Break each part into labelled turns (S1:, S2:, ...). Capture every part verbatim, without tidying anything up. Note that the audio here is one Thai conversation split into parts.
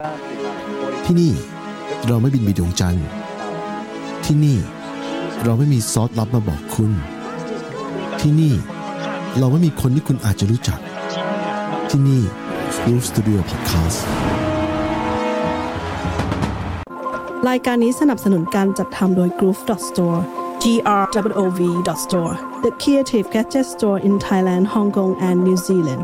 S1: ที่นี่เราไม่บินไปดวงจันทร์ที่นี่เราไม่มีซอสลับมาบอกคุณที่นี่เราไม่มีคนที่คุณอาจจะรู้จักที่นี่ Groove Studio Podcast
S2: รายการนี้สนับสนุนการจัดทำโดย Groove Store จี อาร์ โอ วี Store The Creative Gadget Store in Thailand, Hong Kong and New Zealand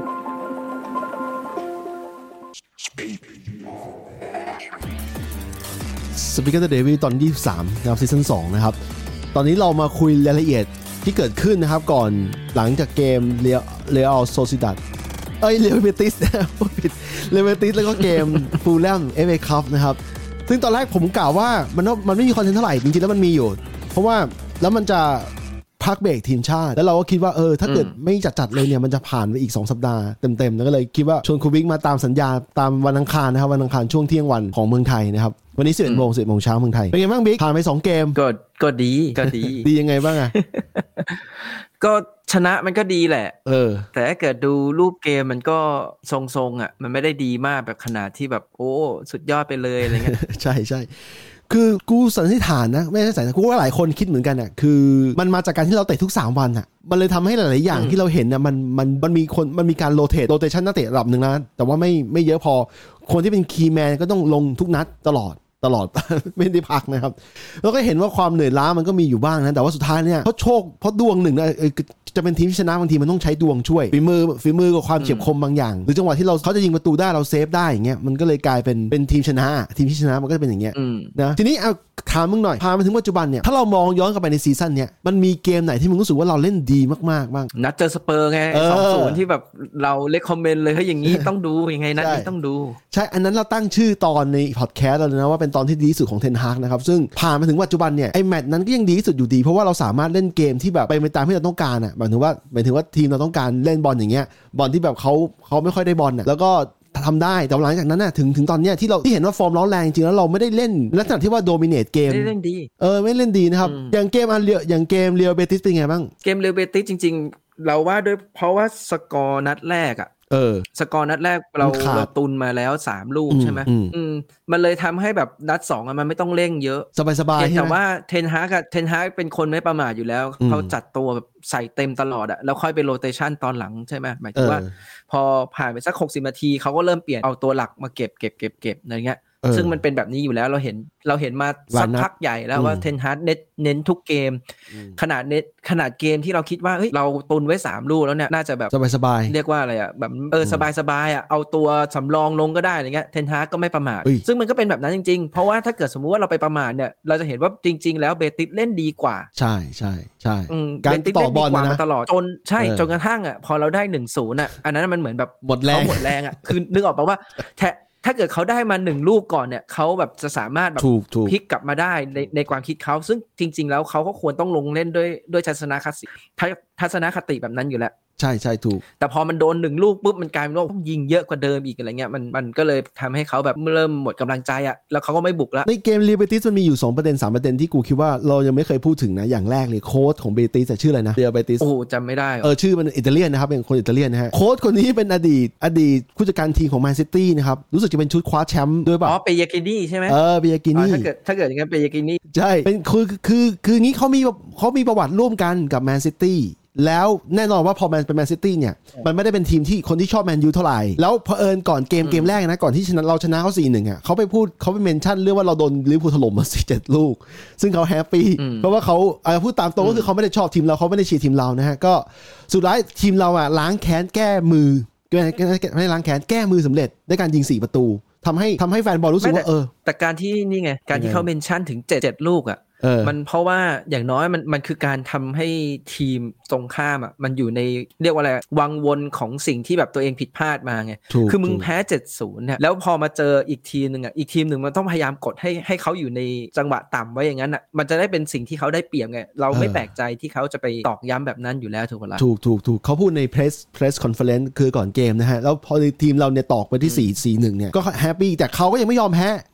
S1: Speaker the Devil ตอนยี่สิบสามนะครับซีซั่นสองนะครับตอนนี้เรามาคุยรายละเอียดที่เกิดขึ้นนะครับก่อนหลังจากเกมเรียเรียลโซซิดัดเอ้ยเรียลเบติสนะผิดเรียลเบติสแล้วก็เกมฟูลแลม เอฟ เอ Cup นะครับซึ่งตอนแรกผมกล่าวว่ามันมันไม่มีคอนเทนต์เท่าไหร่จริงๆแล้วมันมีอยู่เพราะว่าแล้วมันจะพักเบรกทีมชาติแล้วเราก็คิดว่าเออถ้าเกิดไม่จัดๆเลยเนี่ยมันจะผ่านไปอีกสองสัปดาห์เต็มๆแล้วก็เลยคิดว่าชวนคุณวิกมาตามสัญญาตามวันอังคารนะครับวันอังคารช่วงเที่ยงวันของเมืองไทยนะครับวันนี้ สิบเอ็ดโมง สิบเอ็ดโมงเช้าเมืองไทยเป็นไงบ้างบิ๊กผ่านไปสองเกม
S3: ก็ก็ดีก็ดี
S1: ดียังไงบ้างอ่ะ
S3: ก็ชนะมันก็ดีแหละ
S1: เออ
S3: แต่ถ้าเกิดดูรูปเกมมันก็ทรงๆอ่ะมันไม่ได้ดีมากแบบขนาดที่แบบโอ้สุดยอดไปเลยอะไรเงี้ย
S1: ใช่ๆคือกูสันนิษฐานนะไม่ใช่สันนิษฐานกูว่าหลายคนคิดเหมือนกันอ่ะคือมันมาจากการที่เราเตะทุกสามวันอ่ะมันเลยทำให้หลายๆอย่างที่เราเห็นน่ะมันมันมันมีคนมันมีการโรเตทโรเตชั่นนักเตะระดับนึงนะแต่ว่าไม่ไม่เยอะพอคนที่เป็นคีย์แมนก็ต้องลงทุกนัดตลอดตลอด ไม่ได้พักนะครับแล้วก็เห็นว่าความเหนื่อยล้ามันก็มีอยู่บ้างนะแต่ว่าสุดท้ายเนี่ยเพราะโชคเพราะดวงหนึ่งนะจะเป็นทีมที่ชนะบางทีมันต้องใช้ดวงช่วยฝีมือฝีมือกับความเฉียบคมบางอย่างหรือจังหวะที่เราเขาจะยิงประตูได้เราเซฟได้อย่างเงี้ยมันก็เลยกลายเป็นเป็นทีมชนะทีมที่ชนะมันก็จะเป็นอย่างเงี้ยนะทีนี้เอาถามมึงหน่อยพามาถึงปัจจุบันเนี่ยถ้าเรามองย้อนกลับไปในซีซั่นเนี่ยมันมีเกมไหนที่มึงรู้สึกว่าเราเล่นดีมากๆบ้าง
S3: นัดเจอสเปอร์ไง สองศูนย์ ที่แบบเราเลคคอมเมนต์เลยเฮ้ยอย่างงี้ต้องดูยังไงนัดนี้ต้องดู
S1: ใช่อันนั้นเราตั้งชื่อตอนในพอดแคสต์เลยนะว่าเป็นตอนที่ดีที่สุดของเทนฮากนะครับซึ่งผ่านมาถึงปัจจุบันเนี่ยไอ้แมตช์นั้นก็ยังดีที่สุดอยู่ดีเพราะว่าเราสามารถเล่นเกมที่แบบไปไปตามที่เราต้องการอ่ะหมายถึงว่าหมายถึงว่าทีมเราต้องการเล่นบอลอย่างเงี้ยบอลที่แบบเขาเขาไม่ค่อยได้บอลน่ะแล้วก็ทำได้แต่หลังจากนั้นน่ะถึงถึงตอนเนี้ยที่เราที่เห็นว่าฟอร์มร้อนแรงจริงๆแล้วเราไม่ได้เล่นลักษณะที่ว่าโดมิเนตเกม
S3: ไม่เล่นดี
S1: เออไม่เล่นดีนะครับอย่างเกมอันเรียอย่างเกมเรียลเบติสเป็นไงบ้าง
S3: เกมเรียลเบติสจริงๆเราว่าด้วยเพราะว่าสกอร์นัดแรกอ่ะ
S1: เออ
S3: สกอร์นัดแรกเราเราตุนมาแล้วสามลูกใช่มั้ยอืมมันเลยทำให้แบบนัดสองอ่ะมันไม่ต้องเร่งเยอะ
S1: สบายๆใช่มั้ย
S3: แต่ว่าเทนฮากอ่ะเทนฮากเป็นคนไม่ประมาทอยู่แล้วเขาจัดตัวแบบใส่เต็มตลอดอ่ะแล้วค่อยไปโรเตชั่นตอนหลังใช่มั้ยหมายถึงว่าพอผ่านไปสักหกสิบนาทีเขาก็เริ่มเปลี่ยนเอาตัวหลักมาเก็บเก็บเก็บเก็บอะไรเงี้ยซึ่งมันเป็นแบบนี้อยู่แล้วเราเห็นเราเห็นมาสักพักใหญ่แล้วว่าเทนฮากเน้นเน้นทุกเกมขนาดเน้นขนาดเกมที่เราคิดว่าเฮ้ยเราตุนไว้สามลูกแล้วเนี่ยน่าจะแบบ
S1: สบาย
S3: ๆเรียกว่าอะไรอ่ะแบบเออสบายๆอ่ะเอาตัวสำรองลงก็ได้อะไรเงี้ยเทนฮากก็ไม่ประมาทซึ่งมันก็เป็นแบบนั้นจริงๆเพราะว่าถ้าเกิดสมมุติว่าเราไปประมาทเนี่ยเราจะเห็นว่าจริงๆแล้วเบติสเล่นดีกว่า
S1: ใช่ๆๆ
S3: การต่อบอลนะตลอดจนใช่จนกระทั่งอ่ะพอเราได้ หนึ่งศูนย์ อ่ะอันนั้นมันเหมือนแบบ
S1: หมดแรง
S3: หมดแรงอ่ะคือนึกออกป่ะว่าถ้าเกิดเขาได้มาหนึ่งลูกก่อนเนี่ยเขาแบบจะสามารถแบบพลิกกลับมาได้ในในความคิดเขาซึ่งจริงๆแล้วเขาก็ควรต้องลงเล่นด้วยด้วยทัศนคติทัศนคติแบบนั้นอยู่แล้ว
S1: ใช่ๆถูก
S3: แต่พอมันโดนหนึ่งลูกปุ๊บมันกลายเป็นว่าต้องยิงเยอะกว่าเดิมอีกอะไรเงี้ยมันมันก็เลยทำให้เขาแบบเริ่มหมดกำลังใจอ่ะแล้วเขาก็ไม่บุกแล้ว
S1: ในเกมเรียลเบติสมันมีอยู่สองประเด็นสามประเด็นที่กูคิดว่าเรายังไม่เคยพูดถึงนะอย่างแรกเลยโค้ชของเบติสชื่ออะไรนะเรียลเบติส
S3: โอ้จำไม่ได้
S1: เออชื่อมันอิตาเลียนนะครับเป็นคนอิตาเลียนนะฮะโค้ชคนนี้เป็นอดีตอดีตผู้จัดการทีมของแมนซิตี้นะครับรู้สึกจะเป็นชุดคว้าแชมป์ด้วยป่ะ
S3: อ๋อเปยากินี่ใช่ไหม
S1: เออเปยากินี่
S3: ถ้าเกิดถ้าเกิดอย่างนั้นเปยากินี่
S1: ใช่เป็นคือคือคืองี้เขามีเขามีประวัติร่วมกันกับแมนซิตี้แล้วแน่นอนว่าพอแมนเป็นแมนซิตี้เนี่ยมันไม่ได้เป็นทีมที่คนที่ชอบแมนยูเท่าไหร่แล้วเผอิญก่อนเกมเกมแรกนะก่อนที่ชนะเราชนะเขา สี่หนึ่ง อ่ะเขาไปพูดเขาไปเมนชั่นเรื่องว่าเราโดนลิเวอร์พูลถล่มมาสี่เจ็ดลูกซึ่งเขาแฮปปี้เพราะว่าเขาเอาพูดตามตรงก็คือเขาไม่ได้ชอบทีมเราเขาไม่ได้เชียร์ทีมเรานะฮะก็สุดท้ายทีมเราอ่ะล้างแค้นแก้มือไม่ได้ล้างแค้นแก้มือสำเร็จด้วยการยิงสี่ประตูทำให้ทำให้แฟนบอลรู้สึกว่าเออ
S3: แต่การที่นี่ไงการที่เขาเมนชั่นถึงเจ็ด เจ็ดลูกอ่ะมันเพราะว่าอย่างน้อยมันมันคือการทำให้ทีมตรงข้ามอ่ะมันอยู่ในเรียกว่าอะไรวังวนของสิ่งที่แบบตัวเองผิดพลาดมาไงคือมึงแพ้ เจ็ดศูนย์ เนี่ยแล้วพอมาเจออีกทีนึงอ่ะอีกทีมนึงมันต้องพยายามกดให้ให้เขาอยู่ในจังหวะต่ำไว้อย่างนั้นอ่ะมันจะได้เป็นสิ่งที่เขาได้เปรียบไงเราไม่แปลกใจที่เขาจะไปตอกย้ำแบบนั้นอยู่แล้วถูกป่ะล่ะ
S1: ถูกถูกถูกเขาพูดใน press press conference คือก่อนเกมนะฮะแล้วพอทีมเราเนี่ยตอกไปที่สี่ สี่หนึ่งเนี่ยก็แฮปปี้แต่เขาก็ยังไม่ยอมแพ้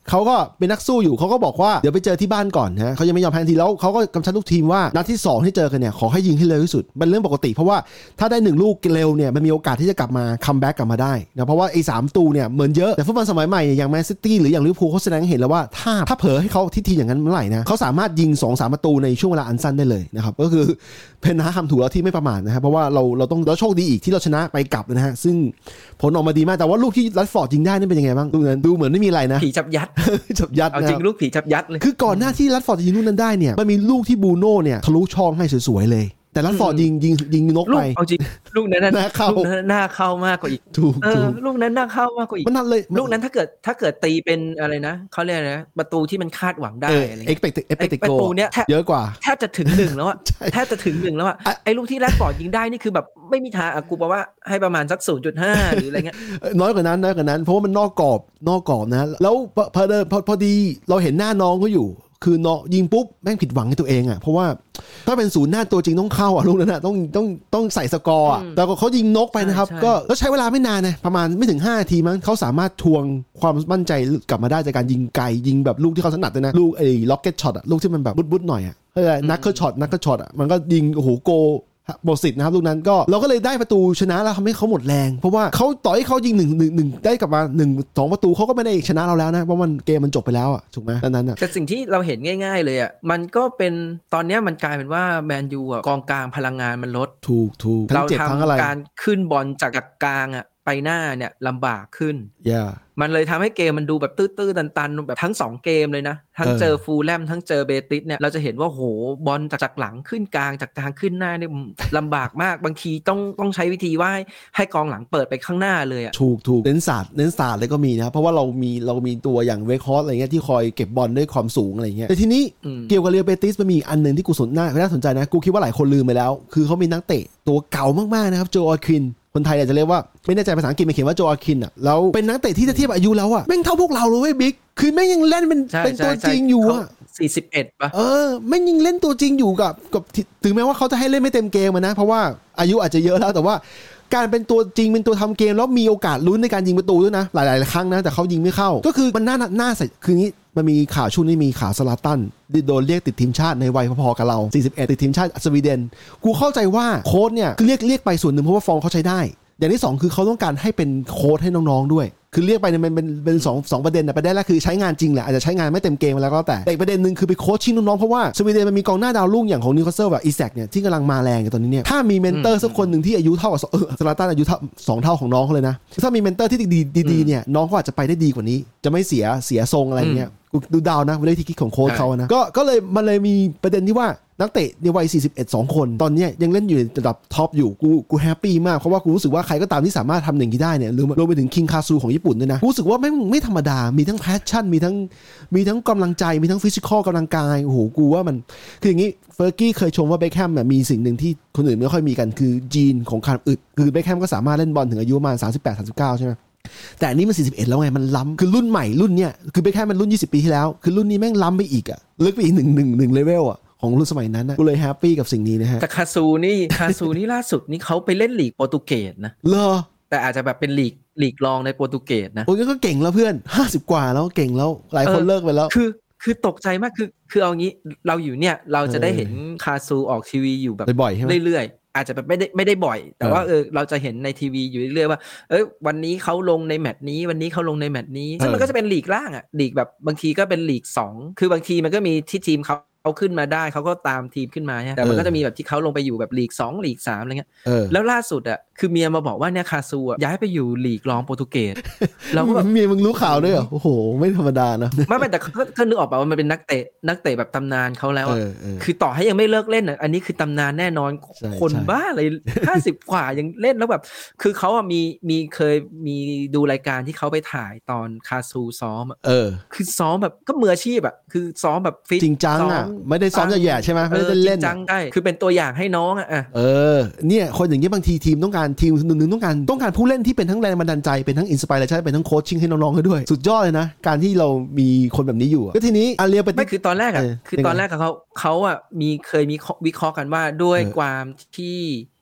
S1: เขาก็เป็นนักสู้อยู่เขาก็บอกว่าเดี๋ยวไปเจอที่บ้านก่อนนะเขายังไม่ยอมแพ้ทีแล้วเขาก็กำชับลูกทีมว่านัดที่สองที่เจอกันเนี่ยขอให้ยิงให้เร็วที่สุดเป็นเรื่องปกติเพราะว่าถ้าได้หนึ่งลูกเร็วเนี่ยมันมีโอกาสที่จะกลับมาคัมแบ็กกลับมาได้นะเพราะว่าไอ้สามตูเนี่ยเหมือนเยอะแต่ฟุตบอลสมัยใหม่อย่างแมนซิตี้หรืออย่างลิเวอร์พูลเขาแสดงให้เห็นแล้วว่าถ้าถ้าเผลอให้เขาทิศทีอย่างนั้นเมื่อไหร่นะเขาสามารถยิง สองถึงสาม ประตูในช่วงเวลาอันสั้นได้เลยนะครับก็คือเพนนาทำถูกแล้วที่ไม่ประมาทนะครับเพราะว่าเราเราต้องเราโชคดีอีกที่เราชนะไปกลับนะฮะซึ่งผลออกมาดีมากแต่ว่าลูกที่รัดฟอร์ดยิงได้นี่เป็นยังไงบ้างดูนั้นดูเหมือนไม่มีอะไรนะ
S3: ผีจับยัด
S1: จับยัด
S3: เอาจริงลูกผีจับยัดเลย
S1: คือก่อนหน้าที่รัดฟอร์ดจะยิงลูกนั้นได้เนี่ยมันมีลูกที่บูโน่เนี่ยทะลุช่องให้สวยๆเลยแต่รัดฟอร์ดยิงยิงยิงนกไป
S3: เอาจริงลูกนั้น
S1: น่าเข้า
S3: ลูกนั้นน่าเข้ามากกว่าอีก
S1: ถูกถูก
S3: ลูกนั้นน่าเข้ามากกว่าอีก
S1: มันนั่นเลย
S3: ลูกนั้นถ้าเกิดถ้าเกิดตีเป็นอะไรนะเขาเรียกนะประตูที่มันคาดหวังได้อะไร
S1: เงี้ย expected expected
S3: ประตูเนี้ย
S1: เยอะกว่า
S3: แทบจะถึงหนึ่งแล้วอ่ะแทบจะถึงหนึ่งแล้วอ่ะไอ้ลูกที่รัดฟอร์ดยิงได้นี่คือแบบไม่มีทางกูบอกว่าให้ประมาณสัก ศูนย์จุดห้า หรืออะไรเงี้ย
S1: น้อยกว่านั้นน้อยกว่านั้นเพราะว่ามันนอกกรอบนอกกรอบนะแล้วพอเดินพอดีเราเห็นหน้าน้องเขาอยู่คือเนาะยิงปุ๊บแม่งผิดหวังในตัวเองอ่ะเพราะว่าถ้าเป็นศูนย์หน้าตัวจริงต้องเข้าอ่ะลูกนั้นอ่ะต้องต้องต้องใส่สกอร์อ่ะแต่ก็เขายิงนกไปนะครับก็แล้วใช้เวลาไม่นานนะประมาณไม่ถึงห้านาทีมั้งเขาสามารถทวงความมั่นใจกลับมาได้จากการยิงไกลยิงแบบลูกที่เขาถนัดเลยนะลูกไอ้ล็อกเก็ตช็อตอ่ะลูกที่มันแบบบุ๊ดๆหน่อยอ่ะเออนักเคิลช็อตนักเคิลช็อตอ่ะมันก็ยิงโอ้โหโกหมดสิทธิ์นะครับลูกนั้นก็เราก็เลยได้ประตูชนะแล้วทำให้เขาหมดแรงเพราะว่าเขาต่อให้เขายิงหนึ่งหนึ่งหนึ่งได้กลับมาหนึ่งสองประตูเขาก็ไม่ได้ชนะเราแล้วนะเพราะมันเกมมันจบไปแล้วอ่ะถูกไหมตอนนั้นอ่ะ
S3: แต่สิ่งที่เราเห็นง่ายๆเลยอ่ะมันก็เป็นตอนนี้มันกลายเป็นว่าแมนยูอ่ะกองกลางพลังงานมันลด
S1: ถูกถูก
S3: เราทำการขึ้นบอลจากกลางอ่ะไปหน้าเนี่ยลำบากขึ้น
S1: yeah.
S3: มันเลยทำให้เกมมันดูแบบตื้อๆตันๆแบบทั้งสองเกมเลยนะทั้งเจอฟูลแลมทั้งเจอเบติสเนี่ยเราจะเห็นว่าโหบอลจากจากหลังขึ้นกลางจากกลางขึ้นหน้าเนี่ยลำบากมากบางทีต้องต้องใช้วิธีว่าให้กองหลังเปิดไปข้างหน้าเลยอ่ะ
S1: ถูกถูกเน้นศาสตร์เน้นศาสตร์เลยก็มีนะเพราะว่าเรามีเรามีตัวอย่างเวคอร์สอะไรเงี้ยที่คอยเก็บบอลด้วยความสูงอะไรเงี้ยแต่ทีนี้เกี่ยวกับเรอัลเบติสมันมีอันนึงที่กูสนหน้าน่าสนใจนะกูคิดว่าหลายคนลืมไปแล้วคือเขามีนักเตะตัวเก่ามากๆนะครับโจอาคินคนไทยอาจจะเรียกว่าไม่แน่ใจภาษาอังกฤษมันเขียนว่าโจอาคินอ่ะแล้วเป็นนักเตะที่จะเทียบอายุแล้วอ่ะแม่งเท่าพวกเราเลยเว้ยบิ๊กคือแม่งยังเล่นเป็นเป็นตัวจริงอยู่อ่ะ
S3: สี่สิบเอ็ดป่ะ
S1: เออแม่งยังเล่นตัวจริงอยู่กับกับถึงแม้ว่าเขาจะให้เล่นไม่เต็มเกมนะเพราะว่าอายุอาจจะเยอะแล้วแต่ว่าการเป็นตัวจริงเป็นตัวทำเกมแล้วมีโอกาสลุ้นในการยิงประตูด้วยนะหลายๆครั้งนะแต่เขายิงไม่เข้าก็คือมันน่าน่าใส่คืองี้มันมีข่าวช่วงนี้มีข่าวซาลาตันโดนเรียกติดทีมชาติในวัยพอๆกับเราสี่สิบเอ็ดติดทีมชาติสวีเดนกูเข้าใจว่าโค้ชเนี่ยคือเรียกเรียกไปส่วนหนึ่งเพราะว่าฟอร์มเขาใช้ได้อย่างที่สองคือเขาต้องการให้เป็นโค้ชให้น้องๆด้วยคือเรียกไปเนี่ยมันเป็นเป็นสองสองประเด็นนะประเด็นแรกคือใช้งานจริงแหละอาจจะใช้งานไม่เต็มเกมแล้วก็แต่อีกประเด็นนึงคือไปโค้ชชิ่งน้องๆเพราะว่าสวีเดนมันมีกองหน้าดาวรุ่งอย่างของนิวคาสเซิลแบบอีแซกเนี่ยที่กำลังมาแรงอยู่ตอนนี้เนี่ยถ้ามีเมนเตอร์สักคนหนึ่งที่อายุเท่ากับเออซาลาตันอายุเท่าสองเท่าของน้องเขาเลยนะถ้ามีเมนเตอร์ที่ดีดีๆเนี่ยน้องเขาอาจจะไปได้ดีกว่านี้จะไม่เสียเสียทรงอะไรเงี้ยดูดาวนะวิธีคิดของโค้ชเขานะก็ก็เลยมันเลยมีประเด็นที่ว่านักเตะในวัยสี่สิบเอ็ด สองคนตอนนี้ยังเล่นอยู่ในระดับท็อปอยู่กูกูแฮปปี้มากเพราะว่ากูรู้สึกว่าใครก็ตามที่สามารถทำอย่างนี้ได้เนี่ยรวมไปถึงคิงคาซูของญี่ปุ่นด้วยนะกูรู้สึกว่าไม่ไม่ธรรมดามีทั้งแพชชั่นมีทั้งมีทั้งกำลังใจมีทั้งฟิสิกอลกำลังกายโอ้โหกูว่ามันคืออย่างนี้เฟอร์กี้เคยชมว่าเบคแฮมมีสิ่งหนึ่งที่คนอื่นไม่ค่อยมีกันคือจีนของการอึดคือเบคแฮมก็สามารถเล่นบอลถึงอายุประมาณสามสิบแปด สามสิบเก้าใช่ไหมแต่อันนี้มันสี่สิบเอ็ดแล้วไงมันล้ำคือรุ่นใหม่รุ่นเนี้ยคือเบคแฮมมันรุ่นยี่สิบปีที่แล้วคือรุ่นนี้แม่งล้ำไปอีกอ่ะลึกไปอีกหนึ่ง หนึ่ง หนึ่งเลเวลอ่ะของรุ่นสมัยนั้นนะกูเลยแฮปปี้กับสิ่งนี้นะฮะ
S3: แต่คาซูนี่คาซูนี่ล่าสุดนี่เขาไปเล่นลีกโปรตุเกสนะ
S1: เหรอ
S3: แต่อาจจะแบบเป็นลีกลีกรองในโปรตุเกสนะ
S1: โอ้ยก็เก่งแล้วเพื่อนห้าสิบกว่าแล้วเก่งแล้วหลายคนเลิกไปแล้ว
S3: คือคือตกใจมากคือคือเอางี้เราอยู่เนี่ยเราจะได้เห็นคาซูออกทีวีอยู่แบบ
S1: บ่อยๆ
S3: เรื่อยๆอาจจะแบบไม่ได้ไม่ได้บ่อยแต่ว่าเออเราจะเห็นในทีวีอยู่เรื่อยๆว่าเอ้ยวันนี้เขาลงในแมตช์นี้วันนี้เขาลงในแมตช์นี้ซึ่งมันก็จะเป็นลีกล่างอ่ะลีกแบบบางทีก็เป็นลีกสองคือบางทีมันก็มีที่ทีมเขาเขาขึ้นมาได้เขาก็ตามทีมขึ้นมาใช่แต่มันก็จะมีแบบที่เขาลงไปอยู่แบบลีกสองลีกสามอะไรเงี้ยแล้วล่าสุดอ่ะคือเมียมาบอกว่าเนี่ยคาซูอ่ะย้ายไปอยู่ลีกรองโปรตุเกส
S1: แล้วก็เมียมึงรู้ข่าวด้วยเหรอโอ้โหไม่ธรรมดานะ
S3: ไม่ไม่แต่ก็นึกออกป่ะว่ามันเป็นนักเตะนักเตะแบบตำนานเขาแล้วอ่ะคือต่อให้ยังไม่เลิกเล่นอ่ะอันนี้คือตำนานแน่นอนคนบ้าเลยห้าสิบกว่ายังเล่นแล้วแบบคือเขาอ่ะมีมีเคยมีดูรายการที่เขาไปถ่ายตอนคาซูซ้อมอ่ะ
S1: เออ
S3: คือซ้อมแบบก็มืออาชีพอ่ะคือซ้อมแบบฟิต
S1: จริงจังอ่ะไม่ได้ซ้อมแย่ๆใช่ไหมไม่ได้เล่น
S3: จังได้คือเป็นตัวอย่างให้น้องอ่ะ
S1: เออเนี่ยคนอย่างนี้บางทีทีมต้องการทีมหนึ่งๆต้องการต้องการผู้เล่นที่เป็นทั้งแรงบันดาลใจเป็นทั้งอินสไปเรชั่นเป็นทั้งโค้ชชิ่งให้น้องๆให้ด้วยสุดยอดเลยนะการที่เรามีคนแบบนี้อยู่ก็ทีนี้อาเรีย
S3: ไม่คือตอนแรกอ่ะคือตอนแรกเขาเขาอ่ะมีเคยมีวิเคราะห์กันว่าด้วยความที่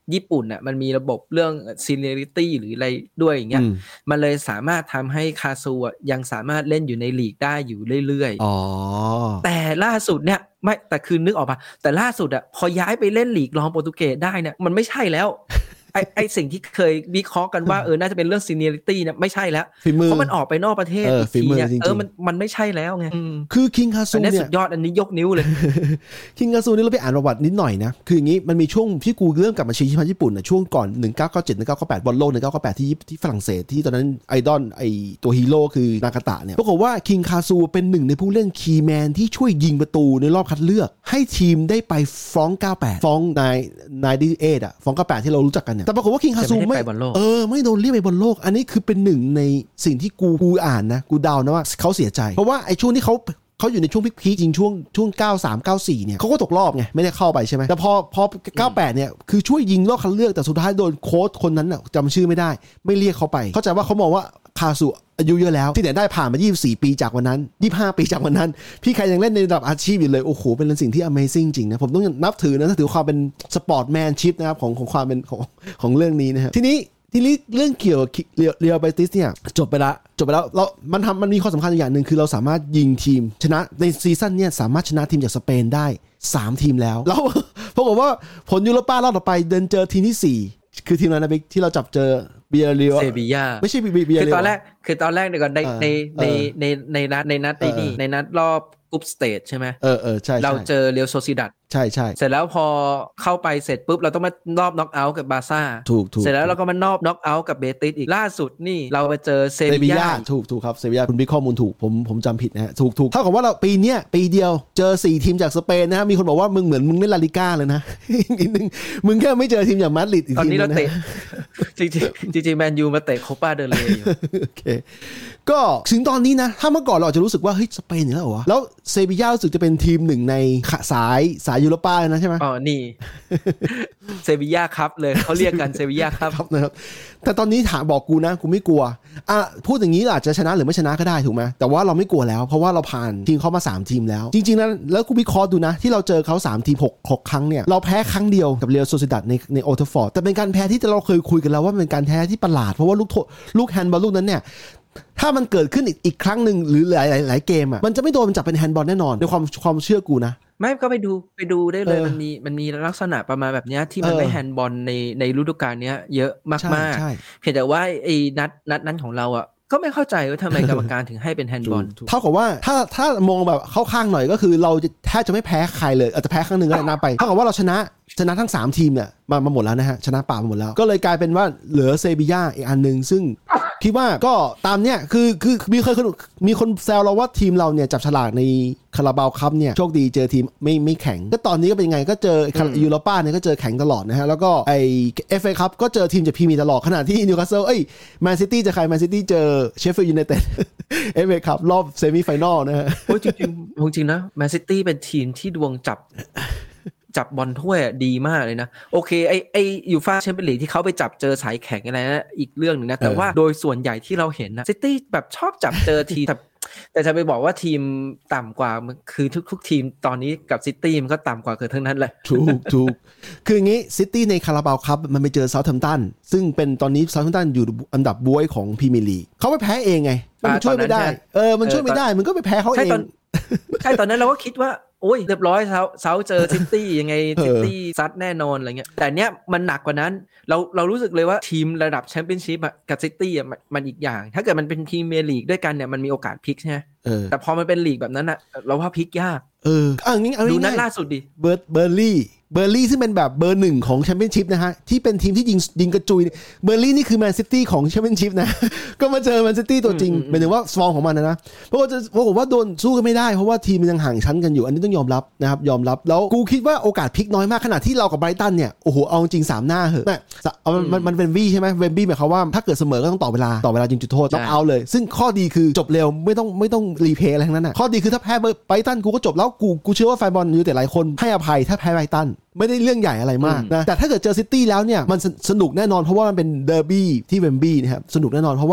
S3: ญี่ปุ่นน่ะมันมีระบบเรื่องซีเนียริตี้หรืออะไรด้วยอย่างเงี้ยมันเลยสามารถทำให้คาซูยังสามารถเล่นอยู่ในลีกได้อยู่เรื่อยๆอ๋อแต่ล่าสุดเนี่ยไม่แต่คือนึกออกป่ะแต่ล่าสุดอ่ะพอย้ายไปเล่นลีกรองโปรตุเกสได้เนี่ยมันไม่ใช่แล้วไอไอสิ่งที่เคยวิเคราะห์กันว่าเออน่าจะเป็นเรื่องซีเนียริตี้เนี่ยไม่ใช่แล้วเพราะมันออกไปนอกประเทศอีกทีเนี่ยเออมันมันไม่ใช่แล้วไง
S1: คือคิงคาซูเนี่ย
S3: สุดยอดอันนี้ยกนิ้วเลย
S1: คิงคาซูนี่เราไปอ่านประวัตินิดหน่อยนะคืออย่างนี้มันมีช่วงที่กูเริ่มกลับมาเชียร์ทีมญี่ปุ่นนะช่วงก่อนหนึ่งเก้าเก้าเจ็ด หนึ่งเก้าเก้าแปดบอลโลกหนึ่งเก้าเก้าแปดที่ที่ฝรั่งเศสที่ตอนนั้นไอดอลไอตัวฮีโร่คือนากาตะเนี่ยปรากฏว่าคิงคาซูเป็นหนึ่งในผู้เล่นคีย์แมนที่ช่วยยิงประตูในรอบคัดเลือกให้ทีมได้ไปฟ้องเก้าแปดฟ้องนายนายดิเอทอ่ะฟ้องเก้าแปดที่เรารู้จักกันเนี่ยแต่ปรากฏว่าคิงคาซูไม่เออไม่โดนเรียกไปบอลโลกอันนี้คือเป็นหนึ่งในสิ่งที่กูกูอ่านนะกูเดานะว่าเขาเสียใจเพราะว่าไอ้ช่วงที่เขาเขาอยู่ในช่วงพีคจริงช่วงช่วงเก้าสาม เก้าสี่เนี่ยเขาก็ตกรอบไงไม่ได้เข้าไปใช่ไหมแต่พอพอเก้าแปดเนี่ยคือช่วยยิงรอบคัดเลือกแต่สุดท้ายโดนโค้ชคนนั้นน่ะจำชื่อไม่ได้ไม่เรียกเขาไปเข้าใจว่าเขามองว่าคาซูอายุเยอะแล้วที่ไหนได้ผ่านมายี่สิบสี่ปีจากวันนั้นยี่สิบห้าปีจากวันนั้นพี่ใครยังเล่นในระดับอาชีพอยู่เลยโอ้โหเป็นสิ่งที่ Amazing จริงนะผมต้องนับถือนะถือความเป็นสปอร์ตแมนชิพนะครับของของความเป็นของของเรื่องนี้นะฮะทีนี้ทีนี้เรื่องเกี่ยวกับเรียลเบติสเนี่ยจบไปละจบไปแล้วเรามันทำมันมีข้อสำคัญอย่างหนึ่งคือเราสามารถยิงทีมชนะในซีซั่นเนี่ยสามารถชนะทีมจากสเปนได้สามทีมแล้วแล้วเพราะว่าผลยูโรป้ารอบต่อไปเดินเจอทีมที่สี่คือทีมอะไรนะบิ๊กที่เราจับเจอเบียร์เรีย
S3: เซบีย่า
S1: ไม่ใช่เบียร์
S3: คือตอนแรกคือตอนแรกเดี๋ยวก่อนในในในในในนัดในนัดในนี่ในนัดรอบกรุ๊ปสเตจใช่ไหม
S1: เออเออใช่
S3: เราเจอเรอัลโซซิดัด
S1: ใช่ใช่
S3: เสร็จแล้วพอเข้าไปเสร็จปุ๊บเราต้องมารอบน็อกเอาท์กับบาร์ซ่า
S1: ถูกถูก
S3: เสร็จแล้วเราก็มารอบน็อกเอาท์กับเบติสอีกล่าสุดนี่เราไปเจอเซบีย่า
S1: ถูกถูกครับเซบีย่าคุณบิ๊กข้อมูลถูกผมผมจำผิดนะฮะถูกถูกเท่ากับว่าเราปีเนี้ยปีเดียวเจอสี่ทีมจากสเปนนะฮะมีคนบอกว่ามึงเหมือนมึงเล่นลาลิก้าเลยนะนิดนึงมึงแค่ไม่เจอทีมอย่างมาดริดอีกที
S3: ตอนนี้เราเตะจริงจริงจริงแมนยูมาเตะโคปาเดลเรย์อยู่
S1: โอเคก็ถึงตอนนี้นะถ้าเมื่อก่อนเราจะรู้สึกว่าเฮ้ยสเปนเนี่ยเหรอวะแล้วเซบีย่ารู้สึกจะเป็นทีมหนึ่งในสายสายยูโรป้านะใช่ไหม
S3: อ๋อนี่เซบีย่าครับเลยเขาเรียกกันเซบีย่าครับ
S1: นะครับแต่ตอนนี้ถามบอกกูนะกูไม่กลัวอ่ะพูดอย่างนี้อาจจะชนะหรือไม่ชนะก็ได้ถูกไหมแต่ว่าเราไม่กลัวแล้วเพราะว่าเราผ่านทีมเขามาสามทีมแล้วจริงๆนะแล้วกูวิเคราะห์ดูนะที่เราเจอเขาสามทีมหก หกครั้งเนี่ยเราแพ้ครั้งเดียวกับเรอัลโซซิดัดในในโอลด์แทราฟฟอร์ดแต่เป็นการแพ้ที่เราเคยคุยกันแล้วว่าเป็นการแพ้ที่ประหลาดเพราะว่าลูกลูกแฮนด์บอลลูกนั้นเนี่ยถ้ามันเกิดขึ้นอีกอีกครั้งหนึ่งหรือหลายหลายหลายเกมอ่ะมันจะไม่โดนมันจับเป็นแฮนด์บอลแน่นอนในความความเชื่อกูนะ
S3: ไม่ก็ไปดูไปดูได้เลยมันมีมันมีลักษณะประมาณแบบนี้ที่มันไม่แฮนด์บอลในในฤดูกาลนี้เยอะมากๆเพียงแต่ว่าไอ้นัดนัดนั้นของเราอ่ะก็ไม่เข้าใจว่าทำไมกรรมการถึงให้เป็นแฮนด์บอล
S1: เท่ากับว่าถ้าถ้ามองแบบเข้าข้างหน่อยก็คือเราจะแทบจะไม่แพ้ใครเลยอาจจะแพ้ครั้งนึงก็ได้นับไปเท่ากับว่าเราชนะชนะทั้งสามทีมเนี่ยมามาหมดแล้วนะฮะชนะป่ามาหมดแล้วก็เลยกลายเป็นว่าเหลือเซบีย่าอีกอันนึงซึ่งคิดว่าก็ตามเนี้ยคือคือมีเคยมีคนแซวเราว่าทีมเราเนี่ยจับฉลากในคาราบาวคัพเนี่ยโชคดีเจอทีมไม่ไม่แข็งก็ตอนนี้ก็เป็นไงก็เจอยูโรป้าเนี่ยก็เจอแข็งตลอดนะฮะแล้วก็ไอเอฟเอคัพก็เจอทีมจากพรีเมียร์ตลอดขณะที่นิวคาสเซิลเอ้ยแมนซิตี้จะใครแมนซิตี้เจอเชฟฟิลด์ยูไนเต็ดเอฟเอคัพรอบเซมิไฟนอลนะฮะ
S3: โอ้จริงๆจริงๆนะแมนซิตี้เป็นทีมที่ดวงจับจับบอลถ้วยดีมากเลยนะโอเคไอไอยูฟ่าแชมเปี้ยนลีกที่เขาไปจับเจอสายแข็งอะไรนะอีกเรื่องนึงนะแต่ว่าโดยส่วนใหญ่ที่เราเห็นนะซิตี้แบบชอบจับเจอทีแต่แต่จะไปบอกว่าทีมต่ำกว่าคือทุกทุกทีมตอนนี้กับซิตี้มันก็ต่ำกว่าเกิดทั้งนั้นแหละ
S1: ถูกถูกคืออย่างงี้ซิตี้ในคาราบาวคัพมันไปเจอเซาท์แฮมป์ตันซึ่งเป็นตอนนี้เซาท์แฮมป์ตันอยู่อันดับบ๊วยของพรีเมียร์ลีกเขาไปแพ้เองไงมันช่วยไม่ได้เออมันช่วยไม่ได้มันก็ไปแพ้เขาเอง
S3: ใช่ตอนนั้นเราก็คิดว่าโอ้ยเรียบร้อยเซาเซาเจอซิตี้ยังไงซิตี้ซัดแน่นอนอะไรเงี้ยแต่เนี้ยมันหนักกว่านั้นเราเรารู้สึกเลยว่าทีมระดับแชมเปี้ยนชิพอ่ะกับซิตี้อ่ะมันอีกอย่างถ้าเกิดมันเป็นพรีเมียร์ลีกด้วยกันเนี่ยมันมีโอกาสพลิกใช่ไหมแต่พอมันเป็นลีกแบบนั้นอ่ะเราว่าพลิกยาก
S1: เออเอางี้เอา
S3: ดูนัดล่าสุดดิ
S1: เบิร์ดเบอร์ลี่เบอร์ลี่ซึ่งเป็นแบบเบอร์หนึ่งของแชมเปี้ยนชิพนะฮะที่เป็นทีมที่ยิงยิงกระจุยเบอร์ลี่นี่คือแมนซิตี้ของแชมเปี้ยนชิพนะก็มาเจอแมนซิตี้ตัวจริงหมายถึงว่าฟอร์มของมันนะนะเพราะว่าจะเพราะว่าโดนสู้กันไม่ได้เพราะว่าทีมมันยังห่างชั้นกันอยู่อันนี้ต้องยอมรับนะครับยอมรับแล้วกูคิดว่าโอกาสพลิกน้อยมากขนาดที่เรากับไบรตันเนี่ยโอ้โหเอาจริงสามหน้าเหอะเนี่ยมันมันเป็นวีใช่ไหมเวมบี้หมายความว่าถ้าเกิดเสมอก็ต้องต่อเวลาต่อเวลายิงจุดโทษต้องเอาเลยซึ่งข้อดีคือจบเร็วไม่ต้องไม่ต้องรีเพย์อะไรทั้งนั้นน่ะข้อดีคือถ้าแพ้ไบรตันกูก็จบแล้วกูกูเชื่อว่าแฟนบอลอยู่แต่หลายคนให้อภัยถ้าแพ้ไบรตันไม่ได้เรื่องใหญ่อะไรมากนะแต่ถ้าเกิดเจอซิตี้แล้วเนี่ยมันสนุกแน่นอนเพราะว่ามันเป็นเดอร์บี้ที่เวมบลีย์นะครับสนุกแน่นอนเพราะว่า